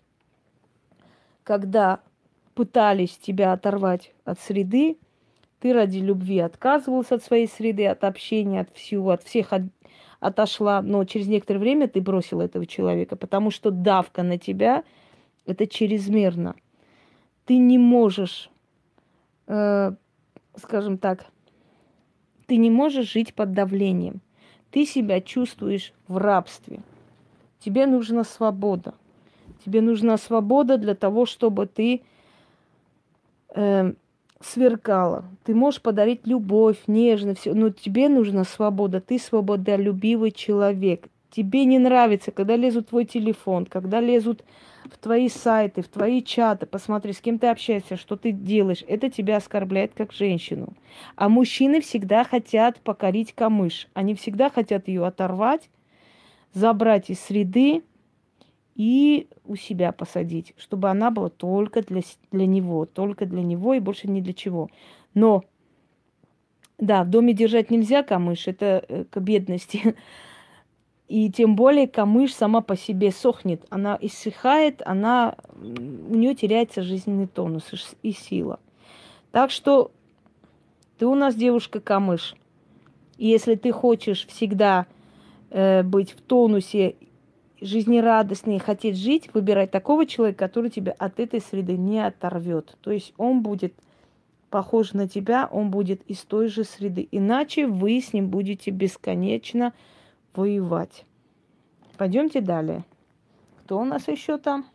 когда пытались тебя оторвать от среды, ты ради любви отказывался от своей среды, от общения, от всего, от всех от, отошла, но через некоторое время ты бросила этого человека, потому что давка на тебя – это чрезмерно. Ты не можешь, э, скажем так, ты не можешь жить под давлением. Ты себя чувствуешь в рабстве. Тебе нужна свобода. Тебе нужна свобода для того, чтобы ты э, сверкала. Ты можешь подарить любовь, нежность, все, но тебе нужна свобода. Ты свободолюбивый человек. Тебе не нравится, когда лезут в твой телефон, когда лезут в твои сайты, в твои чаты. Посмотри, с кем ты общаешься, что ты делаешь. Это тебя оскорбляет как женщину. А мужчины всегда хотят покорить камыш. Они всегда хотят ее оторвать, забрать из среды и у себя посадить, чтобы она была только для, для него, только для него и больше ни для чего. Но, да, в доме держать нельзя камыш, это э, к бедности. И тем более камыш сама по себе сохнет, она иссыхает, она, м, у нее теряется жизненный тонус и сила. Так что ты у нас девушка камыш. И если ты хочешь всегда э, быть в тонусе, жизнерадостный, хотеть жить, выбирай такого человека, который тебя от этой среды не оторвет. То есть он будет похож на тебя, он будет из той же среды. Иначе вы с ним будете бесконечно воевать. Пойдемте далее. Кто у нас еще там?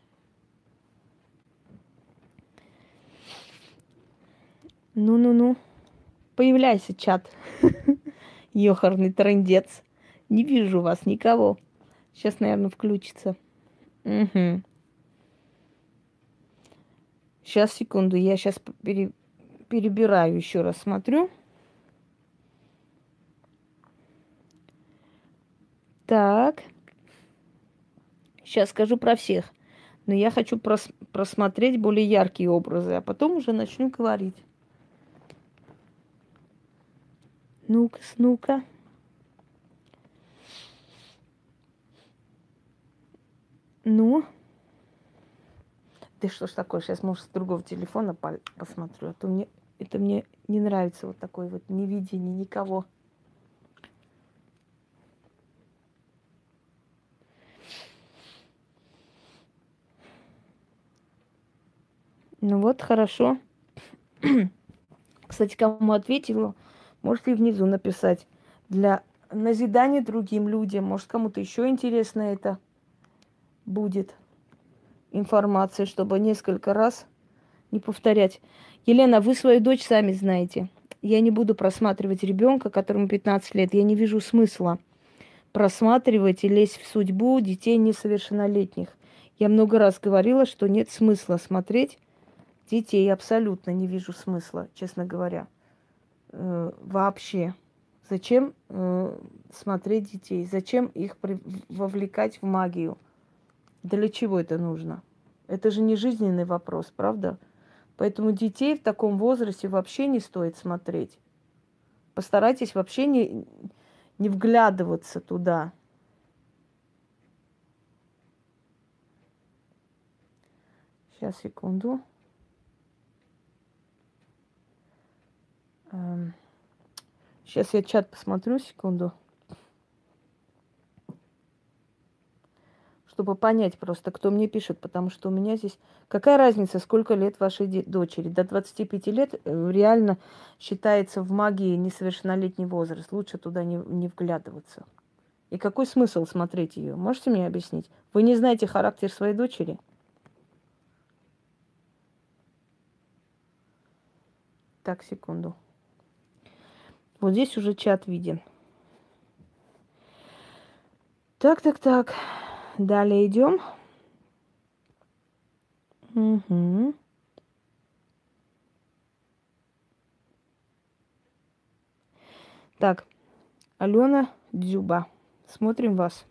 Ну-ну-ну. Появляйся, чат. Ёхарный трындец. Не вижу вас никого. Сейчас, наверное, включится. Угу. Сейчас, секунду, я сейчас пере... перебираю, еще раз смотрю. Так. Сейчас скажу про всех. Но я хочу прос... просмотреть более яркие образы, а потом уже начну говорить. Ну-ка, ну-ка. Ну? Ты что ж такое? Сейчас, может, с другого телефона посмотрю. А то мне это мне не нравится вот такое вот невидение никого. Ну вот, хорошо. Кстати, кому ответила, можете внизу написать. Для назидания другим людям. Может, кому-то еще интересно это будет информация, чтобы несколько раз не повторять. Елена, вы свою дочь сами знаете. Я не буду просматривать ребенка, которому пятнадцать лет. Я не вижу смысла просматривать и лезть в судьбу детей несовершеннолетних. Я много раз говорила, что нет смысла смотреть детей. Абсолютно не вижу смысла, честно говоря. Э, вообще. Зачем э, смотреть детей? Зачем их при- вовлекать в магию? Для чего это нужно? Это же не жизненный вопрос, правда? Поэтому детей в таком возрасте вообще не стоит смотреть. Постарайтесь вообще не, не вглядываться туда. Сейчас, секунду. Эм, Сейчас я чат посмотрю, секунду. Чтобы понять просто, кто мне пишет, потому что у меня здесь... Какая разница, сколько лет вашей де- дочери? До двадцати пяти лет э, реально считается в магии несовершеннолетний возраст. Лучше туда не, не вглядываться. И какой смысл смотреть ее? Можете мне объяснить? Вы не знаете характер своей дочери? Так, секунду. Вот здесь уже чат виден. Так, так, так. Далее идем. Угу. Так, Алена Дзюба. Смотрим вас.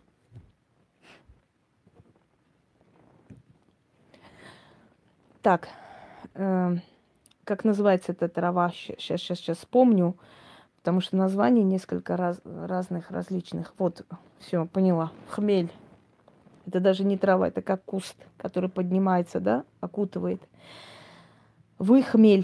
Так, э, как называется эта трава? Сейчас, сейчас, сейчас вспомню, потому что название несколько раз, разных, различных. Вот, все, поняла. Хмель. Это даже не трава, это как куст, который поднимается, да, окутывает. Вы хмель.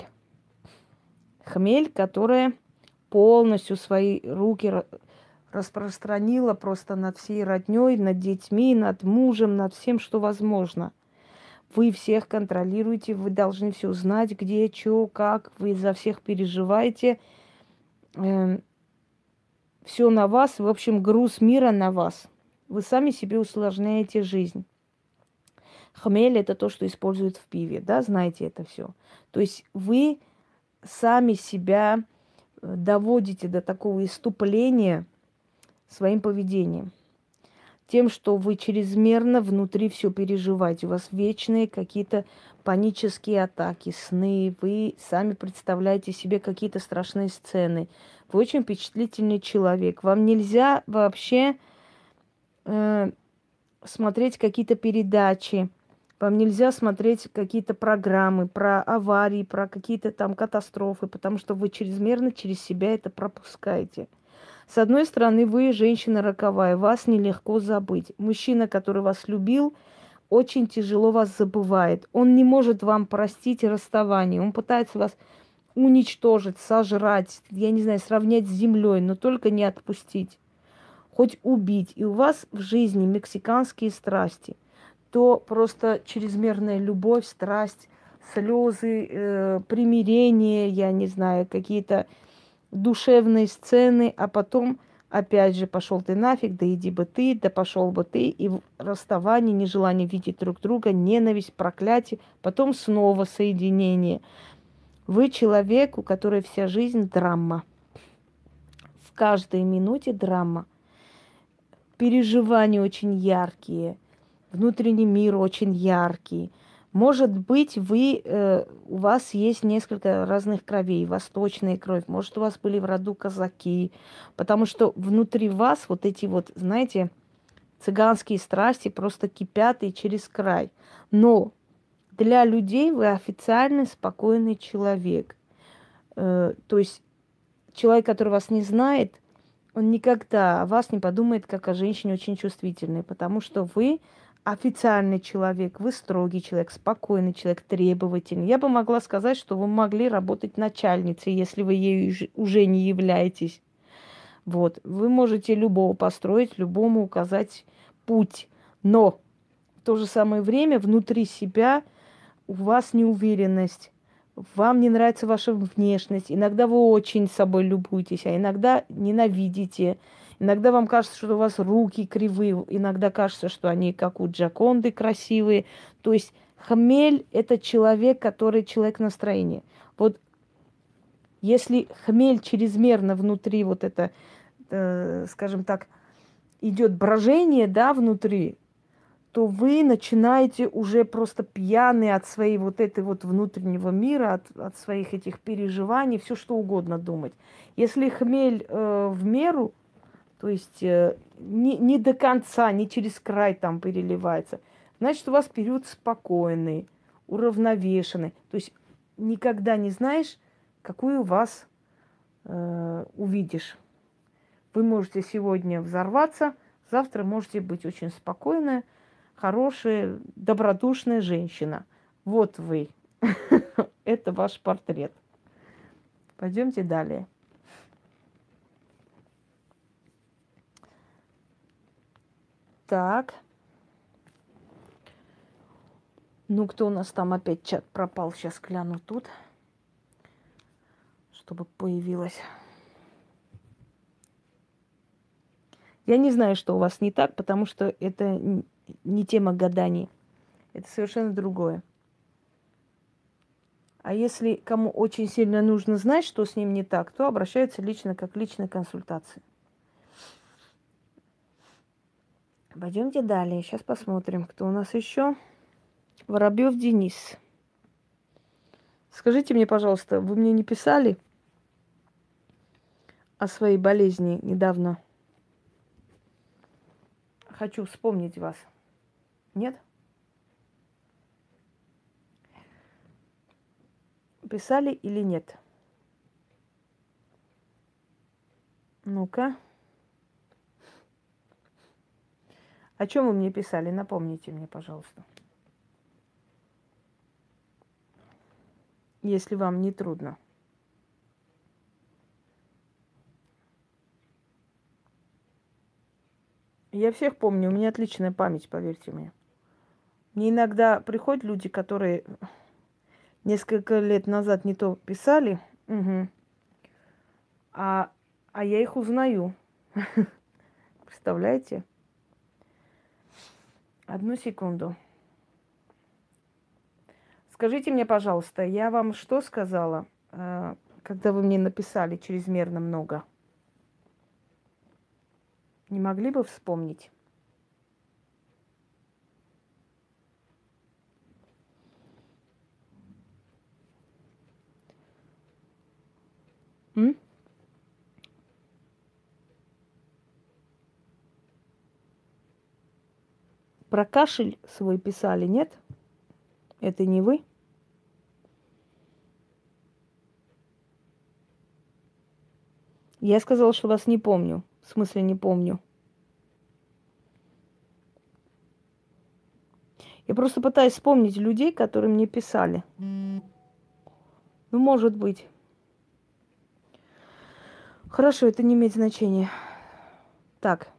Хмель, которая полностью свои руки распространила просто над всей родней, над детьми, над мужем, над всем, что возможно. Вы всех контролируете, вы должны все знать, где, что, как, вы за всех переживаете. Э, все на вас, в общем, груз мира на вас. Вы сами себе усложняете жизнь. Хмель – это то, что используют в пиве, да, знаете это все. То есть вы сами себя доводите до такого иступления своим поведением. Тем, что вы чрезмерно внутри все переживаете. У вас вечные какие-то панические атаки, сны. Вы сами представляете себе какие-то страшные сцены. Вы очень впечатлительный человек. Вам нельзя вообще э, смотреть какие-то передачи. Вам нельзя смотреть какие-то программы про аварии, про какие-то там катастрофы, потому что вы чрезмерно через себя это пропускаете. С одной стороны, вы женщина роковая, вас нелегко забыть. Мужчина, который вас любил, очень тяжело вас забывает. Он не может вам простить расставание. Он пытается вас уничтожить, сожрать, я не знаю, сравнять с землей, но только не отпустить. Хоть убить. И у вас в жизни мексиканские страсти. То просто чрезмерная любовь, страсть, слезы, э, примирение, я не знаю, какие-то душевные сцены, а потом опять же пошел ты нафиг, да иди бы ты, да пошел бы ты, и расставание, нежелание видеть друг друга, ненависть, проклятие, потом снова соединение. Вы человек, у которого вся жизнь драма. В каждой минуте драма. Переживания очень яркие, внутренний мир очень яркий. Может быть, вы, э, у вас есть несколько разных кровей, восточная кровь, может, у вас были в роду казаки, потому что внутри вас вот эти вот, знаете, цыганские страсти просто кипят и через край. Но для людей вы официально спокойный человек. Э, то есть человек, который вас не знает, он никогда о вас не подумает, как о женщине очень чувствительной, потому что вы официальный человек, вы строгий человек, спокойный человек, требовательный. Я бы могла сказать, что вы могли работать начальницей, если вы ею уж- уже не являетесь. Вот. Вы можете любого построить, любому указать путь. Но в то же самое время внутри себя у вас неуверенность, вам не нравится ваша внешность, иногда вы очень собой любуетесь, а иногда ненавидите. Иногда вам кажется, что у вас руки кривые, иногда кажется, что они как у Джаконды красивые. То есть хмель– это человек, который человек настроения. Вот если хмель чрезмерно внутри вот это, э, скажем так, идет брожение, да, внутри, то вы начинаете уже просто пьяны от своей вот этой вот внутреннего мира, от, от своих этих переживаний, все что угодно думать. Если хмель э, в меру, то есть э, не, не до конца, не через край там переливается, значит, у вас период спокойный, уравновешенный. То есть никогда не знаешь, какую вас э, увидишь. Вы можете сегодня взорваться, завтра можете быть очень спокойны, хорошая, добродушная женщина. Вот вы. Это ваш портрет. Пойдемте далее. Так. Ну, кто у нас там опять чат пропал? Сейчас гляну тут, чтобы появилось. Я не знаю, что у вас не так, потому что это не тема гаданий. Это совершенно другое. А если кому очень сильно нужно знать, что с ним не так, то обращаются лично как к личной консультации. Пойдемте далее. Сейчас посмотрим, кто у нас еще. Воробьев Денис. Скажите мне, пожалуйста, вы мне не писали о своей болезни недавно? Хочу вспомнить вас. Нет? Писали или нет? Ну-ка. О чем вы мне писали? Напомните мне, пожалуйста. Если вам не трудно. Я всех помню, у меня отличная память, поверьте мне. Мне иногда приходят люди, которые несколько лет назад не то писали, угу, а, а я их узнаю. Представляете? Одну секунду. Скажите мне, пожалуйста, я вам что сказала, когда вы мне написали чрезмерно много? Не могли бы вспомнить? М? Про кашель свой писали, нет? Это не вы? Я сказала, что вас не помню. В смысле, не помню. Я просто пытаюсь вспомнить людей, которые мне писали. Ну, может быть. Хорошо, это не имеет значения. Так.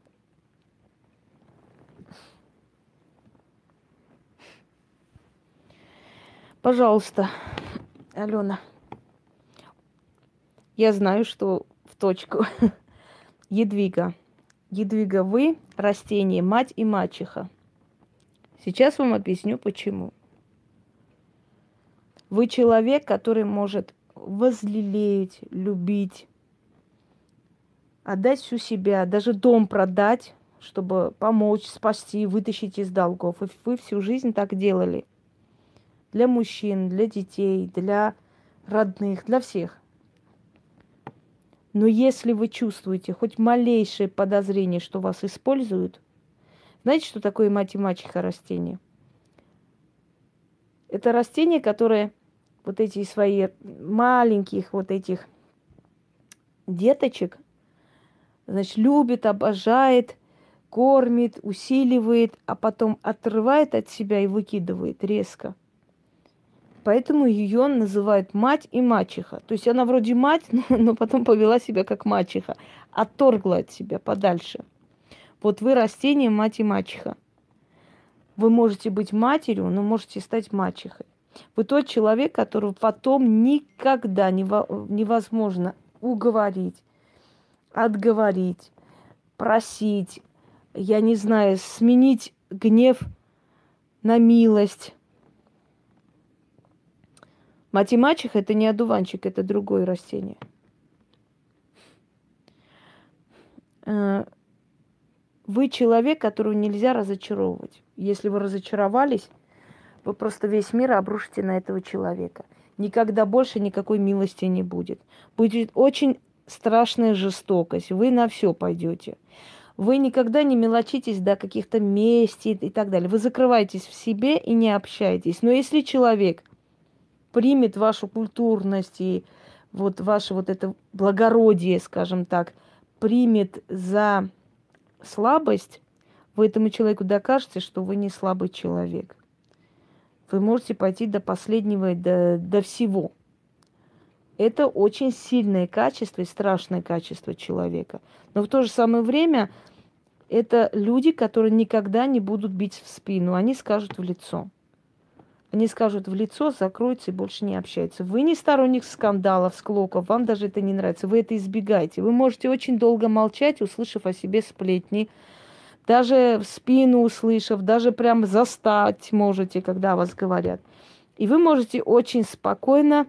Пожалуйста, Алена. Я знаю, что в точку. Едвига. Едвига, вы растение, мать и мачеха. Сейчас вам объясню, почему. Вы человек, который может возлелеять, любить, отдать всю себя, даже дом продать, чтобы помочь, спасти, вытащить из долгов. И вы всю жизнь так делали. Для мужчин, для детей, для родных, для всех. Но если вы чувствуете хоть малейшее подозрение, что вас используют, знаете, что такое мать и мачеха растение? Это растение, которое вот эти свои маленьких вот этих деточек, значит, любит, обожает, кормит, усиливает, а потом отрывает от себя и выкидывает резко. Поэтому ее называют мать и мачеха. То есть она вроде мать, но, но потом повела себя как мачеха. Отторгла от себя подальше. Вот вы растение, мать и мачеха. Вы можете быть матерью, но можете стать мачехой. Вы тот человек, которого потом никогда невозможно уговорить, отговорить, просить, я не знаю, сменить гнев на милость. Мать и мачеха – это не одуванчик, это другое растение. Вы человек, которого нельзя разочаровывать. Если вы разочаровались, вы просто весь мир обрушите на этого человека. Никогда больше никакой милости не будет. Будет очень страшная жестокость. Вы на все пойдете. Вы никогда не мелочитесь до каких-то мести и так далее. Вы закрываетесь в себе и не общаетесь. Но если человек примет вашу культурность и вот ваше вот это благородие, скажем так, примет за слабость, вы этому человеку докажете, что вы не слабый человек. Вы можете пойти до последнего, до, до всего. Это очень сильное качество и страшное качество человека. Но в то же самое время это люди, которые никогда не будут бить в спину. Они скажут в лицо. Они скажут в лицо, закроются и больше не общаются. Вы не сторонник скандалов, склоков, вам даже это не нравится. Вы это избегаете. Вы можете очень долго молчать, услышав о себе сплетни. Даже в спину услышав, даже прям застать можете, когда вас говорят. И вы можете очень спокойно,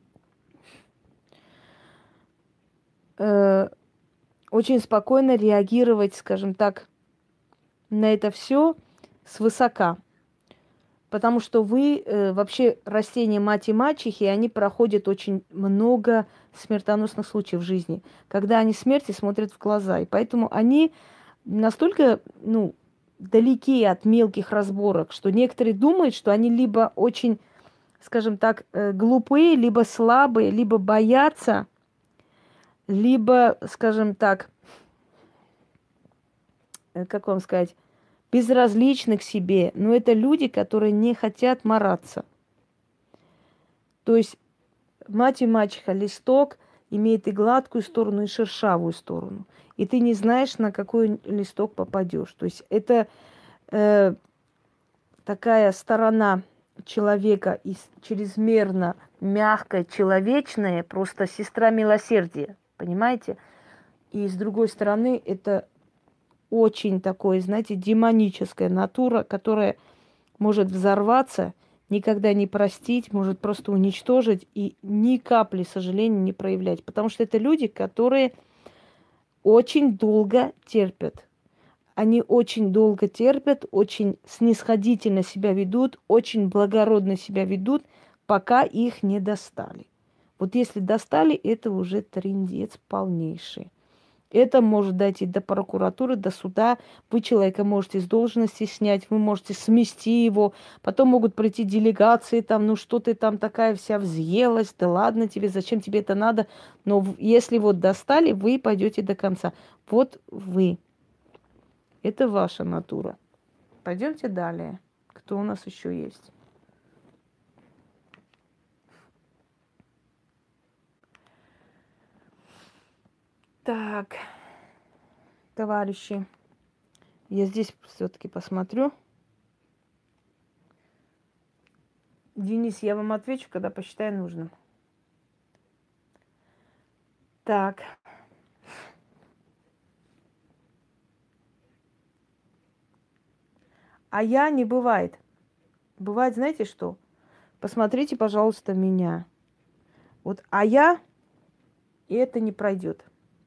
э, очень спокойно реагировать, скажем так, на это все свысока. Потому что вы э, вообще растения мать и мачехи, и они проходят очень много смертоносных случаев в жизни, когда они смерти смотрят в глаза. И поэтому они настолько, ну, далеки от мелких разборок, что некоторые думают, что они либо очень, скажем так, э, глупые, либо слабые, либо боятся, либо, скажем так, э, как вам сказать, безразличны к себе. Но это люди, которые не хотят мараться. То есть мать и мачеха, листок имеет и гладкую сторону, и шершавую сторону. И ты не знаешь, на какой листок попадешь. То есть это э, такая сторона человека, и чрезмерно мягкая, человечная, просто сестра милосердия. Понимаете? И с другой стороны, это очень такое, знаете, демоническая натура, которая может взорваться, никогда не простить, может просто уничтожить и ни капли сожаления не проявлять. Потому что это люди, которые очень долго терпят. Они очень долго терпят, очень снисходительно себя ведут, очень благородно себя ведут, пока их не достали. Вот если достали, это уже трындец полнейший. Это может дойти до прокуратуры, до суда. Вы человека можете с должности снять, вы можете смести его. Потом могут прийти делегации, там, ну что ты там такая вся взъелась, да ладно тебе, зачем тебе это надо. Но если вот достали, вы пойдете до конца. Вот вы. Это ваша натура. Пойдемте далее. Кто у нас еще есть? Так, товарищи, я здесь все-таки посмотрю. Денис, я вам отвечу, когда посчитаю нужным. Так. А я не бывает. Бывает, знаете что? Посмотрите, пожалуйста, меня. Вот, а я, и это не пройдет.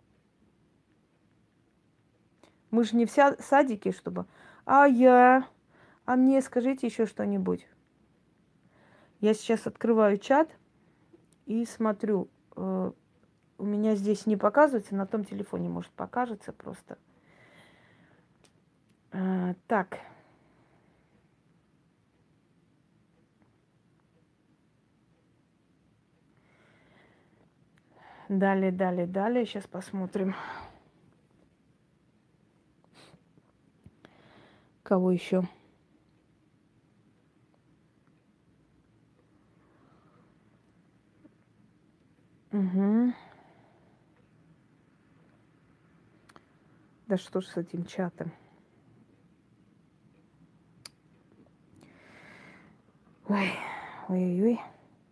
Мы же не в садике, чтобы... А я... А мне скажите еще что-нибудь. Я сейчас открываю чат и смотрю. Э, у меня здесь не показывается, на том телефоне, может, покажется просто. Э, так. Далее, далее, далее. Сейчас посмотрим. Кого еще? Угу. Да что ж с этим чатом? Ой, ой-ой-ой.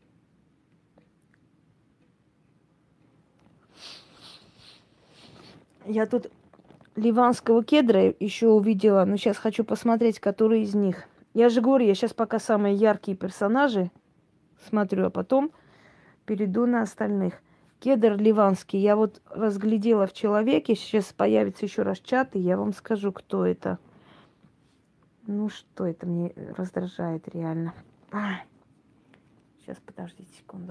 Я тут ливанского кедра еще увидела, но сейчас хочу посмотреть, который из них. Я же говорю, я сейчас пока самые яркие персонажи смотрю, а потом перейду на остальных. Кедр ливанский. Я вот разглядела в человеке. Сейчас появится еще раз чат, и я вам скажу, кто это. Ну что это мне раздражает реально. А. Сейчас, подождите секунду.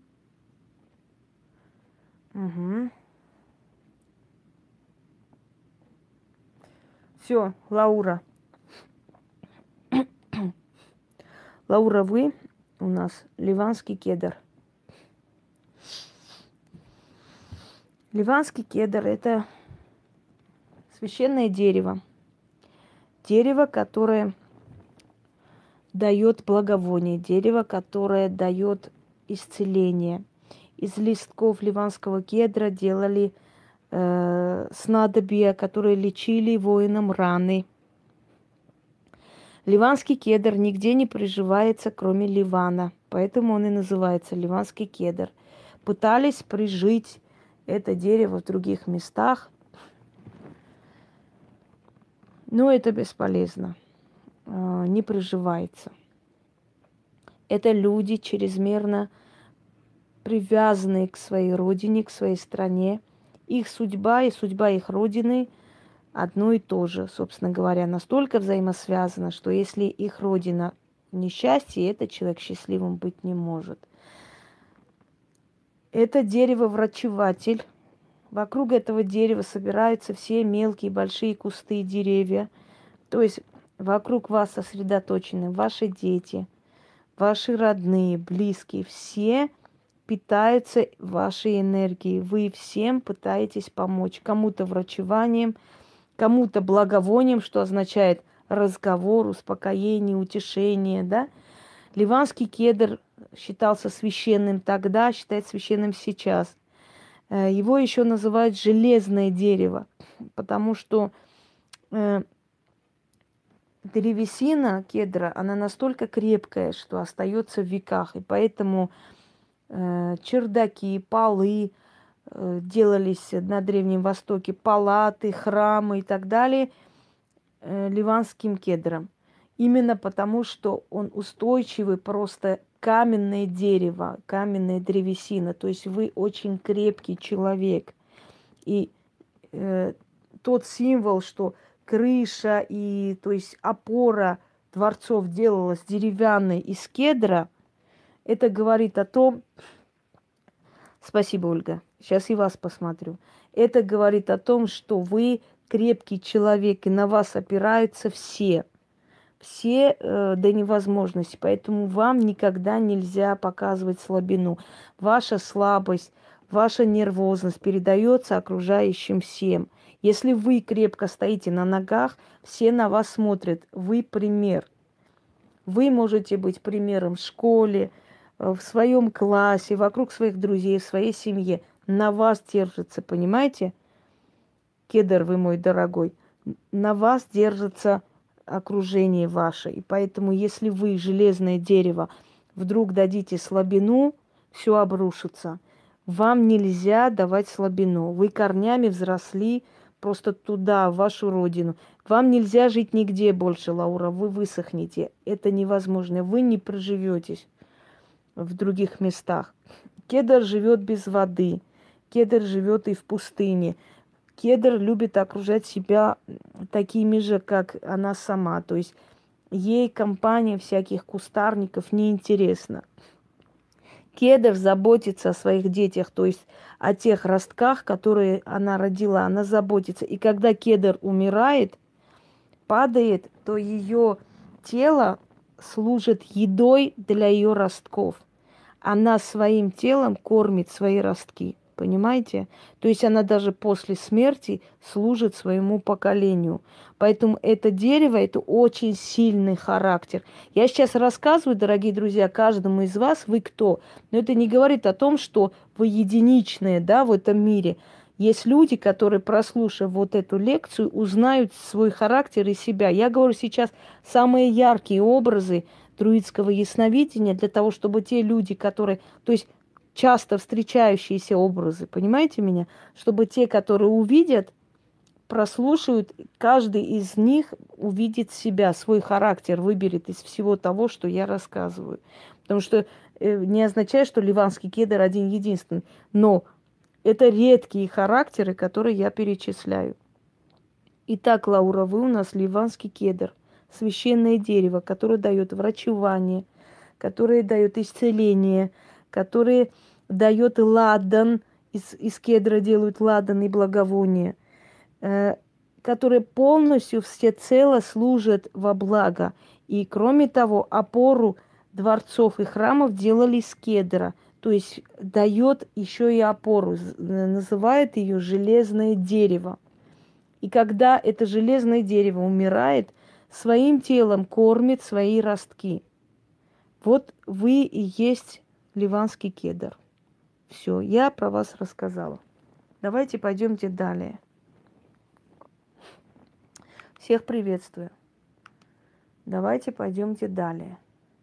Угу. Все, Лаура. Лаура, вы у нас ливанский кедр. Ливанский кедр – это священное дерево. Дерево, которое дает благовоние, дерево, которое дает исцеление. Из листков ливанского кедра делали э, снадобья, которые лечили воинам раны. Ливанский кедр нигде не приживается, кроме Ливана, поэтому он и называется ливанский кедр. Пытались прижить это дерево в других местах, но это бесполезно, не приживается. Это люди, чрезмерно привязанные к своей родине, к своей стране. Их судьба и судьба их родины одно и то же, собственно говоря, настолько взаимосвязано, что если их родина в несчастье, этот человек счастливым быть не может. Это дерево-врачеватель. Вокруг этого дерева собираются все мелкие, большие кусты и деревья. То есть вокруг вас сосредоточены ваши дети, ваши родные, близкие. Все питаются вашей энергией. Вы всем пытаетесь помочь. Кому-то врачеванием, кому-то благовонием, что означает разговор, успокоение, утешение, да? Ливанский кедр считался священным тогда, считается священным сейчас. Его еще называют железное дерево, потому что э, древесина кедра, она настолько крепкая, что остается в веках, и поэтому э, чердаки, полы э, делались на Древнем Востоке, палаты, храмы и так далее э, ливанским кедром. Именно потому, что он устойчивый, просто каменное дерево, каменная древесина. То есть вы очень крепкий человек. И э, тот символ, что крыша и, то есть, опора дворцов делалась деревянной из кедра, это говорит о том... Спасибо, Ольга. Сейчас и вас посмотрю. Это говорит о том, что вы крепкий человек, и на вас опираются все. Все э, до невозможности, поэтому вам никогда нельзя показывать слабину. Ваша слабость, ваша нервозность передается окружающим всем. Если вы крепко стоите на ногах, все на вас смотрят. Вы пример. Вы можете быть примером в школе, в своем классе, вокруг своих друзей, в своей семье. На вас держится, понимаете? Кедр, вы мой дорогой. На вас держится окружение ваше. И поэтому, если вы, железное дерево, вдруг дадите слабину, все обрушится. Вам нельзя давать слабину. Вы корнями взросли просто туда, в вашу родину. Вам нельзя жить нигде больше, Лаура. Вы высохнете. Это невозможно. Вы не проживетесь в других местах. Кедр живет без воды. Кедр живет и в пустыне. Кедр любит окружать себя такими же, как она сама. То есть ей компания всяких кустарников неинтересна. Кедр заботится о своих детях, то есть о тех ростках, которые она родила. Она заботится. И когда кедр умирает, падает, то ее тело служит едой для ее ростков. Она своим телом кормит свои ростки. Понимаете? То есть она даже после смерти служит своему поколению. Поэтому это дерево, это очень сильный характер. Я сейчас рассказываю, дорогие друзья, каждому из вас, вы кто. Но это не говорит о том, что вы единичные, да, в этом мире. Есть люди, которые, прослушав вот эту лекцию, узнают свой характер и себя. Я говорю сейчас самые яркие образы друидского ясновидения для того, чтобы те люди, которые... То есть часто встречающиеся образы, понимаете меня? Чтобы те, которые увидят, прослушают, каждый из них увидит себя, свой характер, выберет из всего того, что я рассказываю. Потому что э, не означает, что ливанский кедр один-единственный, но это редкие характеры, которые я перечисляю. Итак, Лаура, вы у нас ливанский кедр, священное дерево, которое дает врачевание, которое дает исцеление, которое дает ладан, из, из кедра делают ладан и благовония, э, которые полностью всецело служат во благо. И кроме того, опору дворцов и храмов делали из кедра, то есть дает еще и опору, называет ее железное дерево. И когда это железное дерево умирает, своим телом кормит свои ростки. Вот вы и есть ливанский кедр. Все, я про вас рассказала. Давайте пойдемте далее. Всех приветствую. Давайте пойдемте далее.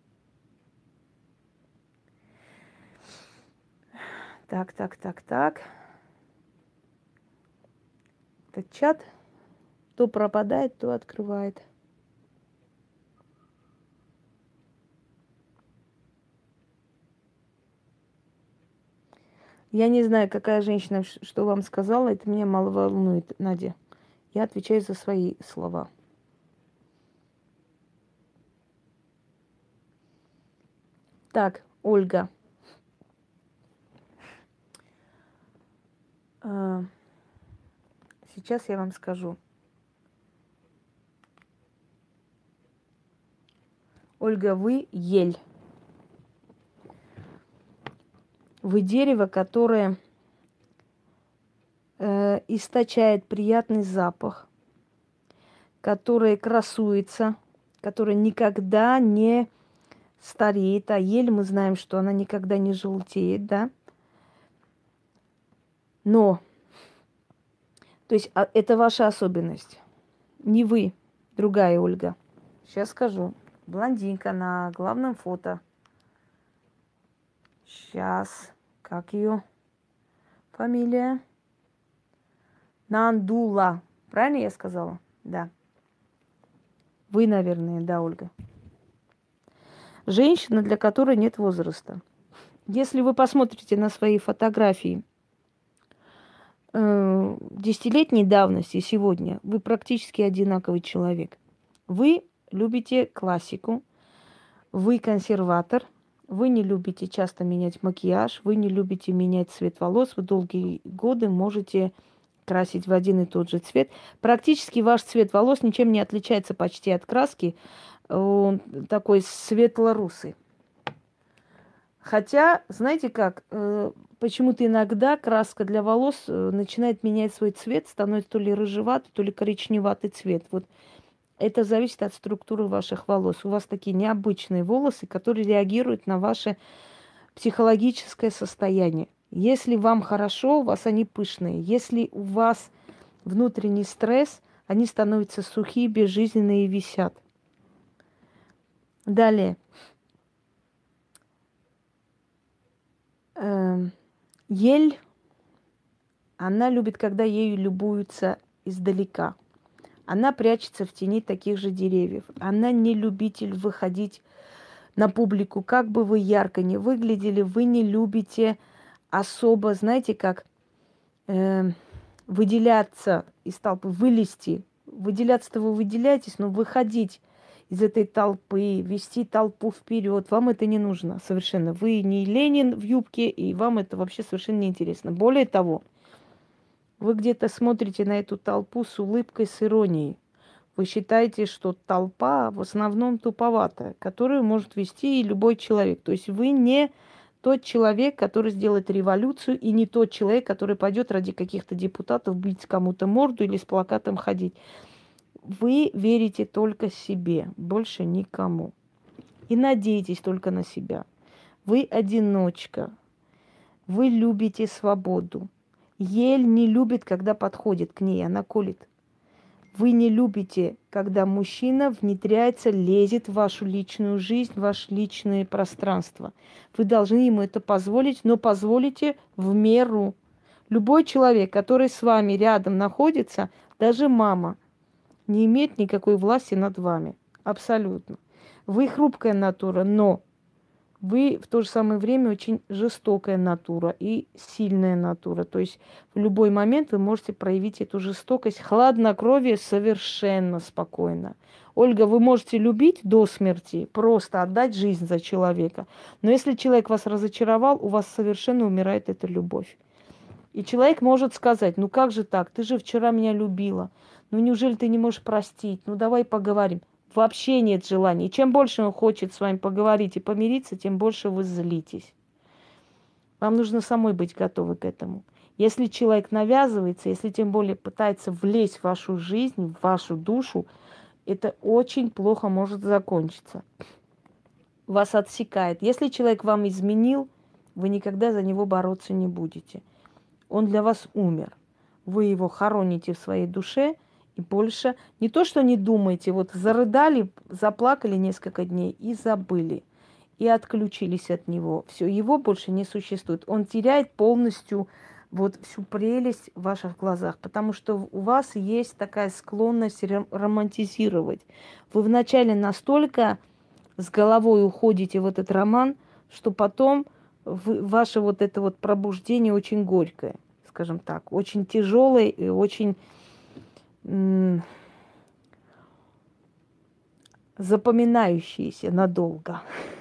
Так, так, так, так. Этот чат то пропадает, то открывает. Я не знаю, какая женщина что вам сказала, это меня мало волнует, Надя. Я отвечаю за свои слова. Так, Ольга. Сейчас я вам скажу. Ольга, вы ель. Вы дерево, которое э, источает приятный запах, которое красуется, которое никогда не стареет. А ель, мы знаем, что она никогда не желтеет, да? Но, то есть а, это ваша особенность. Не вы, другая Ольга. Сейчас скажу. Блондинка на главном фото. Сейчас. Как ее фамилия? Нандула. Правильно я сказала? Да. Вы, наверное, да, Ольга. Женщина, для которой нет возраста. Если вы посмотрите на свои фотографии э, десятилетней давности сегодня, вы практически одинаковый человек. Вы любите классику, вы консерватор, вы не любите часто менять макияж, вы не любите менять цвет волос, вы долгие годы можете красить в один и тот же цвет. Практически ваш цвет волос ничем не отличается почти от краски, он такой светло-русый. Хотя, знаете как, почему-то иногда краска для волос начинает менять свой цвет, становится то ли рыжеватый, то ли коричневатый цвет. Вот это зависит от структуры ваших волос. У вас такие необычные волосы, которые реагируют на ваше психологическое состояние. Если вам хорошо, у вас они пышные. Если у вас внутренний стресс, они становятся сухие, безжизненные и висят. Далее. Эм, ель, она любит, когда ею любуются издалека. Она прячется в тени таких же деревьев. Она не любитель выходить на публику. Как бы вы ярко не выглядели, вы не любите особо, знаете, как э, выделяться из толпы, вылезти. Выделяться-то вы выделяетесь, но выходить из этой толпы, вести толпу вперед, вам это не нужно совершенно. Вы не Ленин в юбке, и вам это вообще совершенно не интересно. Более того, вы где-то смотрите на эту толпу с улыбкой, с иронией. Вы считаете, что толпа в основном туповатая, которую может вести и любой человек. То есть вы не тот человек, который сделает революцию, и не тот человек, который пойдет ради каких-то депутатов бить кому-то морду или с плакатом ходить. Вы верите только себе, больше никому. И надейтесь только на себя. Вы одиночка. Вы любите свободу. Ель не любит, когда подходит к ней, она колет. Вы не любите, когда мужчина внедряется, лезет в вашу личную жизнь, в ваше личное пространство. Вы должны ему это позволить, но позволите в меру. Любой человек, который с вами рядом находится, даже мама, не имеет никакой власти над вами. Абсолютно. Вы хрупкая натура, но вы в то же самое время очень жестокая натура и сильная натура. То есть в любой момент вы можете проявить эту жестокость, хладнокровие совершенно спокойно. Ольга, вы можете любить до смерти, просто отдать жизнь за человека. Но если человек вас разочаровал, у вас совершенно умирает эта любовь. И человек может сказать: ну как же так, ты же вчера меня любила. Ну неужели ты не можешь простить? Ну давай поговорим. Вообще нет желания. И чем больше он хочет с вами поговорить и помириться, тем больше вы злитесь. Вам нужно самой быть готовы к этому. Если человек навязывается, если тем более пытается влезть в вашу жизнь, в вашу душу, это очень плохо может закончиться. Вас отсекает. Если человек вам изменил, вы никогда за него бороться не будете. Он для вас умер. Вы его хороните в своей душе, и больше не то, что не думаете, вот зарыдали, заплакали несколько дней и забыли, и отключились от него. Все, его больше не существует. Он теряет полностью вот всю прелесть в ваших глазах, потому что у вас есть такая склонность романтизировать. Вы вначале настолько с головой уходите в этот роман, что потом вы, ваше вот это вот пробуждение очень горькое, скажем так, очень тяжелое и очень запоминающиеся надолго.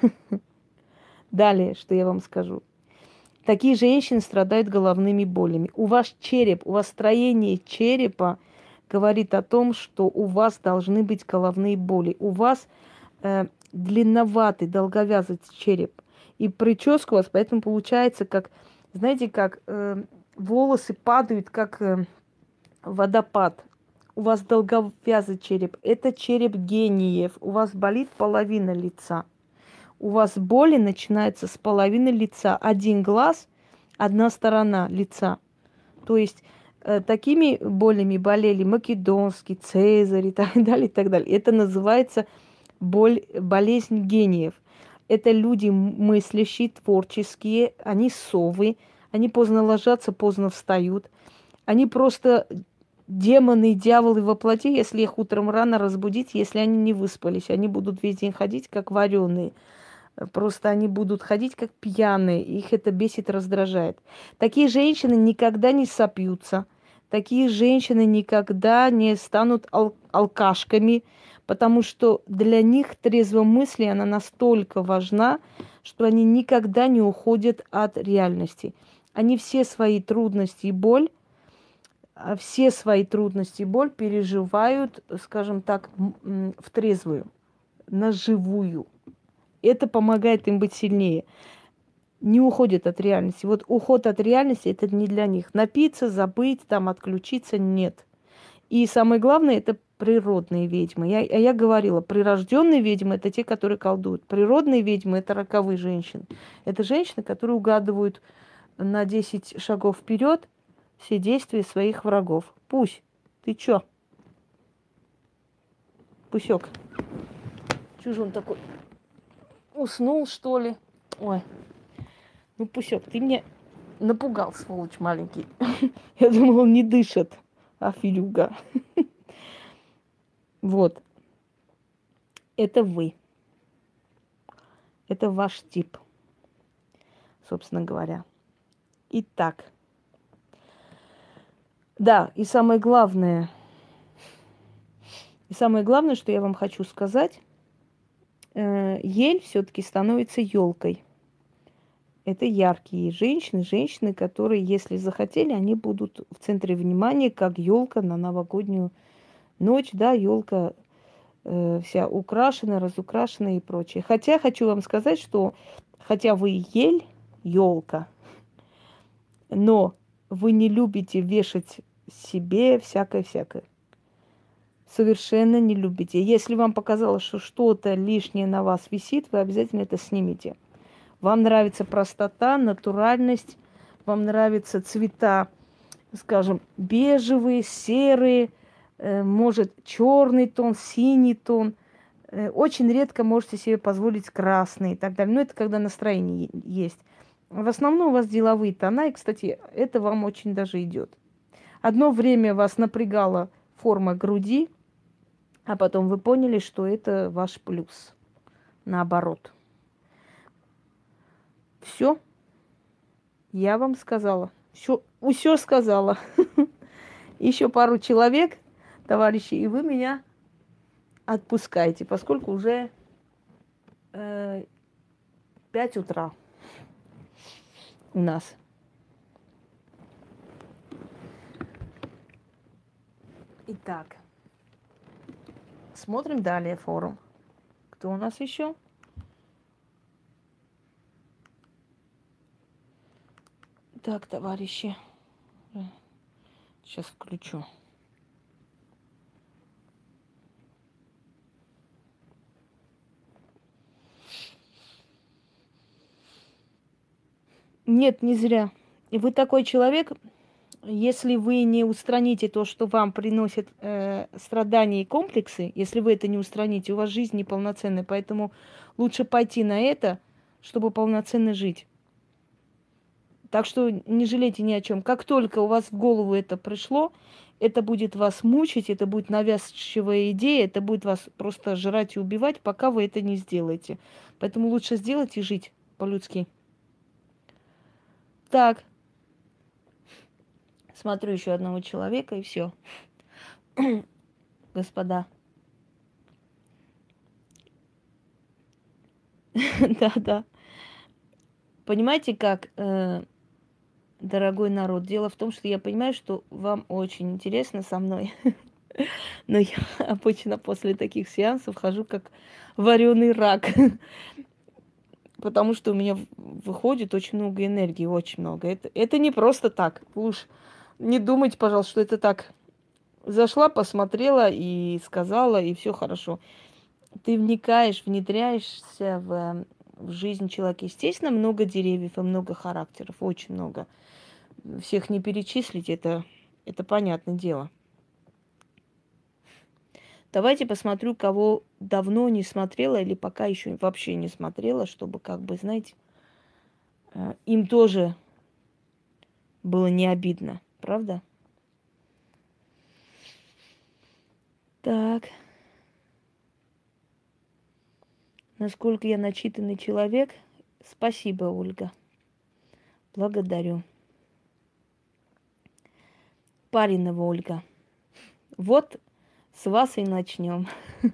Далее, что я вам скажу. Такие женщины страдают головными болями. У вас череп, у вас строение черепа говорит о том, что у вас должны быть головные боли. У вас э, длинноватый, долговязый череп. И прическа у вас поэтому получается как, знаете, как э, волосы падают, как э, водопад. У вас долговязый череп. Это череп гениев. У вас болит половина лица. У вас боли начинаются с половины лица. Один глаз, одна сторона лица. То есть э, такими болями болели Македонский, Цезарь и так далее, и так далее. Это называется боль, болезнь гениев. Это люди мыслящие, творческие, они совы, они поздно ложатся, поздно встают. Они просто демоны и дьяволы во плоти, если их утром рано разбудить, если они не выспались. Они будут весь день ходить, как вареные. Просто они будут ходить, как пьяные. Их это бесит, раздражает. Такие женщины никогда не сопьются. Такие женщины никогда не станут ал- алкашками, потому что для них трезвомыслие, она настолько важна, что они никогда не уходят от реальности. Они все свои трудности и боль все свои трудности и боль переживают, скажем так, в трезвую, на живую. Это помогает им быть сильнее. Не уходят от реальности. Вот уход от реальности – это не для них. Напиться, забыть, там, отключиться – нет. И самое главное – это природные ведьмы. Я, я говорила, прирожденные ведьмы – это те, которые колдуют. Природные ведьмы – это роковые женщины. Это женщины, которые угадывают на десять шагов вперед все действия своих врагов. Пусть. Ты чё? Пусёк. Чё же он такой? Уснул, что ли? Ой. Ну, Пусёк, ты меня напугал, сволочь маленький. Я думала, он не дышит. А филюга. Вот. Это вы. Это ваш тип. Собственно говоря. Итак. Да, и самое главное, и самое главное, что я вам хочу сказать, э, ель все-таки становится елкой. Это яркие женщины, женщины, которые, если захотели, они будут в центре внимания, как елка на новогоднюю ночь, да, елка э, вся украшена, разукрашена и прочее. Хотя хочу вам сказать, что хотя вы ель, елка. Но вы не любите вешать себе всякое-всякое. Совершенно не любите. Если вам показалось, что что-то лишнее на вас висит, вы обязательно это снимете. Вам нравится простота, натуральность, вам нравятся цвета, скажем, бежевые, серые, э, может, черный тон, синий тон. Э, очень редко можете себе позволить красный и так далее. Но это когда настроение есть. В основном у вас деловые тона, и, кстати, это вам очень даже идет. Одно время вас напрягала форма груди, а потом вы поняли, что это ваш плюс. Наоборот. Все, я вам сказала. Все, все сказала. Еще пару человек, товарищи, и вы меня отпускаете, поскольку уже э, пять утра у нас. Итак, смотрим далее форум. Кто у нас еще? Так, товарищи, сейчас включу. Нет, не зря. И вы такой человек, если вы не устраните то, что вам приносит э, страдания и комплексы, если вы это не устраните, у вас жизнь неполноценная. Поэтому лучше пойти на это, чтобы полноценно жить. Так что не жалейте ни о чем. Как только у вас в голову это пришло, это будет вас мучить, это будет навязчивая идея, это будет вас просто жрать и убивать, пока вы это не сделаете. Поэтому лучше сделать и жить по-людски. Так. Смотрю еще одного человека, и все. Господа. Да-да. Понимаете, как, э, дорогой народ, дело в том, что я понимаю, что вам очень интересно со мной. Но я обычно после таких сеансов хожу как вареный рак. Потому что у меня выходит очень много энергии, очень много. Это, это не просто так. Вы уж не думайте, пожалуйста, что это так. Зашла, посмотрела и сказала, и все хорошо. Ты вникаешь, внедряешься в, в жизнь человека. Естественно, много деревьев и много характеров, очень много. Всех не перечислить, это, это понятное дело. Давайте посмотрю, кого давно не смотрела или пока еще вообще не смотрела, чтобы, как бы, знаете, им тоже было не обидно, правда? Так. Насколько я начитанный человек, спасибо, Ольга. Благодарю. Паринова Ольга. Вот с вас и начнем.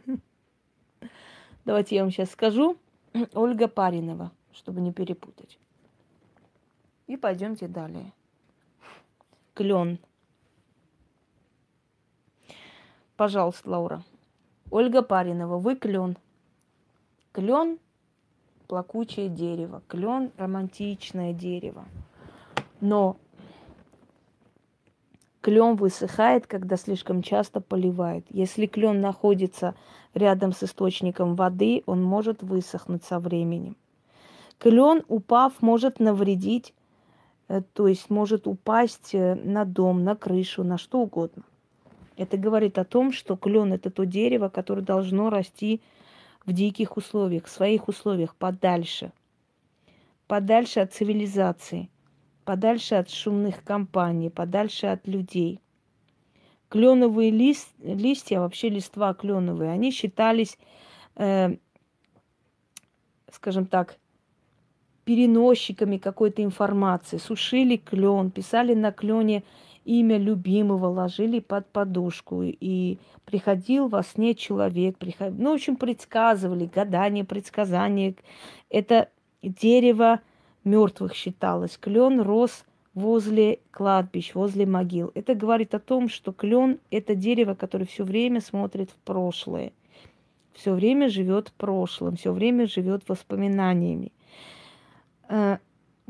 Давайте я вам сейчас скажу. Ольга Паринова, чтобы не перепутать. И пойдемте далее. Клен. Пожалуйста, Лаура. Ольга Паринова, вы клен. Клен – плакучее дерево. Клен – романтичное дерево. Но клен высыхает, когда слишком часто поливают. Если клен находится рядом с источником воды, он может высохнуть со временем. Клен, упав, может навредить, то есть может упасть на дом, на крышу, на что угодно. Это говорит о том, что клен – это то дерево, которое должно расти в диких условиях, в своих условиях, подальше. Подальше от цивилизации, подальше от шумных компаний, подальше от людей. Кленовые лист, листья, вообще листва кленовые, они считались, э, скажем так, переносчиками какой-то информации. Сушили клен, писали на клене имя любимого, ложили под подушку, и приходил во сне человек, приход... ну, в общем, предсказывали, гадания, предсказания. Это дерево мертвых считалось. Клен рос возле кладбищ, возле могил. Это говорит о том, что клен – это дерево, которое все время смотрит в прошлое, все время живет прошлым, все время живет воспоминаниями.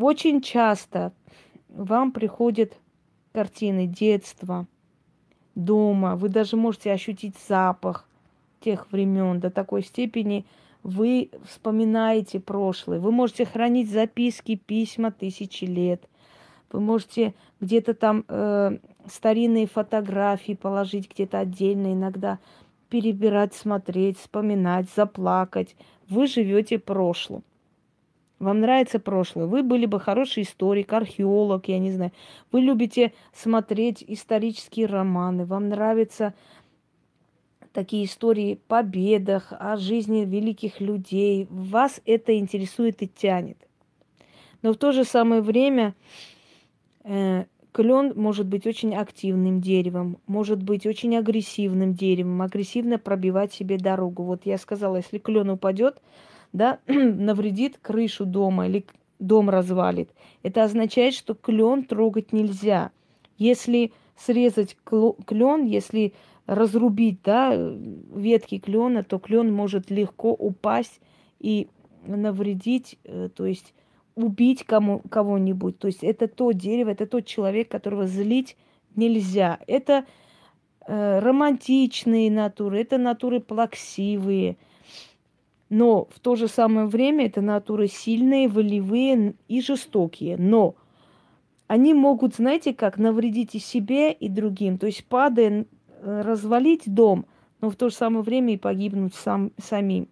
Очень часто вам приходят картины детства, дома. Вы даже можете ощутить запах тех времен до такой степени. Вы вспоминаете прошлое. Вы можете хранить записки, письма тысячи лет. Вы можете где-то там э, старинные фотографии положить где-то отдельно, иногда перебирать, смотреть, вспоминать, заплакать. Вы живете прошлым. Вам нравится прошлое. Вы были бы хороший историк, археолог, я не знаю. Вы любите смотреть исторические романы. Вам нравятся такие истории о победах, о жизни великих людей. Вас это интересует и тянет. Но в то же самое время э, клен может быть очень активным деревом, может быть очень агрессивным деревом, агрессивно пробивать себе дорогу. Вот я сказала, если клен упадет, да, навредит крышу дома или дом развалит. Это означает, что клен трогать нельзя. Если срезать клен, если разрубить, да, ветки клена, то клен может легко упасть и навредить, то есть убить кому, кого-нибудь. То есть это то дерево, это тот человек, которого злить нельзя. Это э, романтичные натуры, это натуры плаксивые. Но в то же самое время это натуры сильные, волевые и жестокие. Но они могут, знаете, как навредить и себе, и другим. То есть, падая, развалить дом, но в то же самое время и погибнуть сам, самим.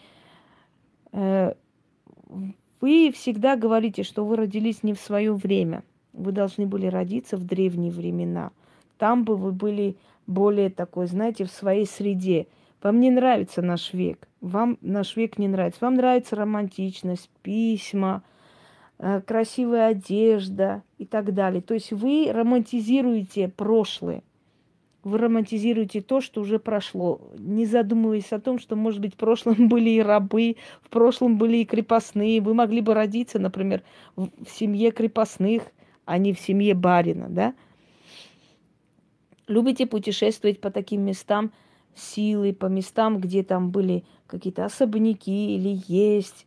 Вы всегда говорите, что вы родились не в свое время. Вы должны были родиться в древние времена. Там бы вы были более такой, знаете, в своей среде. Вам не нравится наш век. Вам наш век не нравится. Вам нравится романтичность, письма, красивая одежда и так далее. То есть вы романтизируете прошлое. Вы романтизируете то, что уже прошло, не задумываясь о том, что, может быть, в прошлом были и рабы, в прошлом были и крепостные. Вы могли бы родиться, например, в семье крепостных, а не в семье барина, да? Любите путешествовать по таким местам силы, по местам, где там были какие-то особняки или есть.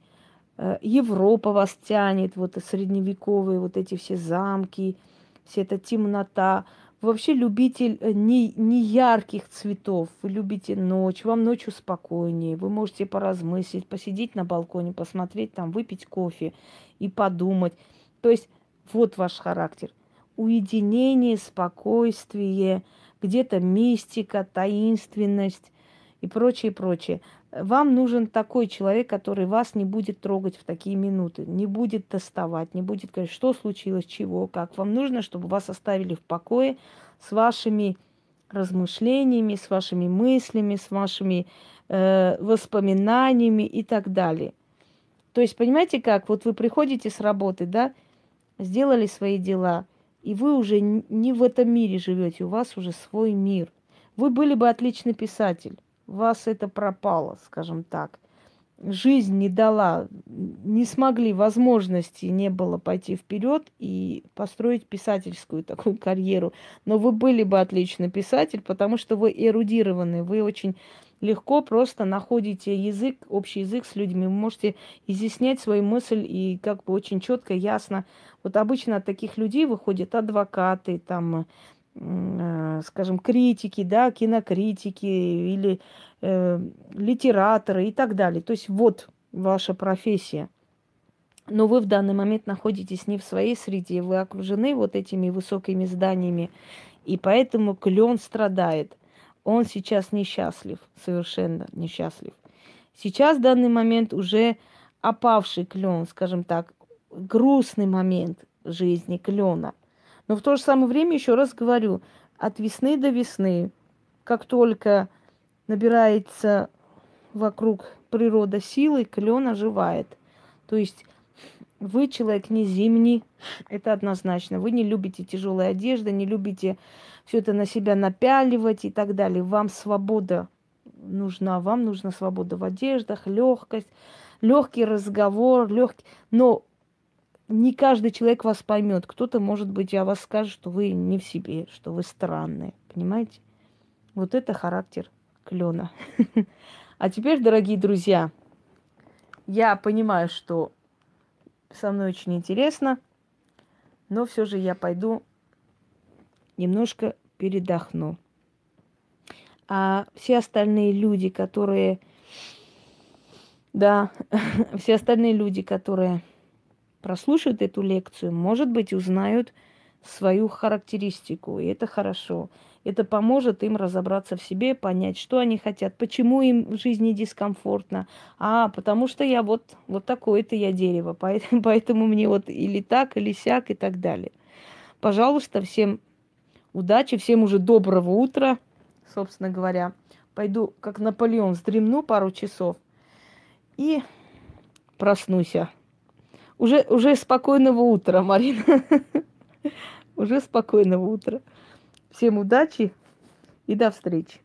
Европа вас тянет, вот средневековые, вот эти все замки, вся эта темнота. Вы вообще любитель не, не ярких цветов, вы любите ночь, вам ночью спокойнее, вы можете поразмыслить, посидеть на балконе, посмотреть там, выпить кофе и подумать. То есть вот ваш характер. Уединение, спокойствие, где-то мистика, таинственность и прочее, прочее. Вам нужен такой человек, который вас не будет трогать в такие минуты, не будет доставать, не будет говорить, что случилось, чего, как. Вам нужно, чтобы вас оставили в покое с вашими размышлениями, с вашими мыслями, с вашими э, воспоминаниями и так далее. То есть, понимаете как? Вот вы приходите с работы, да, сделали свои дела, и вы уже не в этом мире живете, у вас уже свой мир. Вы были бы отличный писатель. У вас это пропало, скажем так. Жизнь не дала, не смогли, возможности не было пойти вперед и построить писательскую такую карьеру. Но вы были бы отличный писатель, потому что вы эрудированы, вы очень легко просто находите язык, общий язык с людьми. Вы можете изъяснять свою мысль и как бы очень четко, ясно. Вот обычно от таких людей выходят адвокаты, там, скажем, критики, да, кинокритики или э, литераторы и так далее. То есть вот ваша профессия. Но вы в данный момент находитесь не в своей среде, вы окружены вот этими высокими зданиями, и поэтому клен страдает. Он сейчас несчастлив, совершенно несчастлив. Сейчас в данный момент уже опавший клен, скажем так, грустный момент жизни клена. Но в то же самое время, еще раз говорю, от весны до весны, как только набирается вокруг природа силы, клен оживает. То есть вы человек не зимний, это однозначно. Вы не любите тяжелые одежды, не любите все это на себя напяливать и так далее. Вам свобода нужна, вам нужна свобода в одеждах, легкость, легкий разговор, легкий. Но не каждый человек вас поймет. Кто-то, может быть, о вас скажет, что вы не в себе, что вы странные. Понимаете? Вот это характер клена. А теперь, дорогие друзья, я понимаю, что со мной очень интересно, но все же я пойду немножко передохну. А все остальные люди, которые... Да, все остальные люди, которые прослушают эту лекцию, может быть, узнают свою характеристику, и это хорошо. Это поможет им разобраться в себе, понять, что они хотят, почему им в жизни дискомфортно. А, потому что я вот, вот такое-то я дерево, поэтому, поэтому мне вот или так, или сяк, и так далее. Пожалуйста, всем удачи, всем уже доброго утра, собственно говоря. Пойду, как Наполеон, вздремну пару часов и проснусь. Уже, уже спокойного утра, Марина. Уже спокойного утра. Всем удачи и до встречи.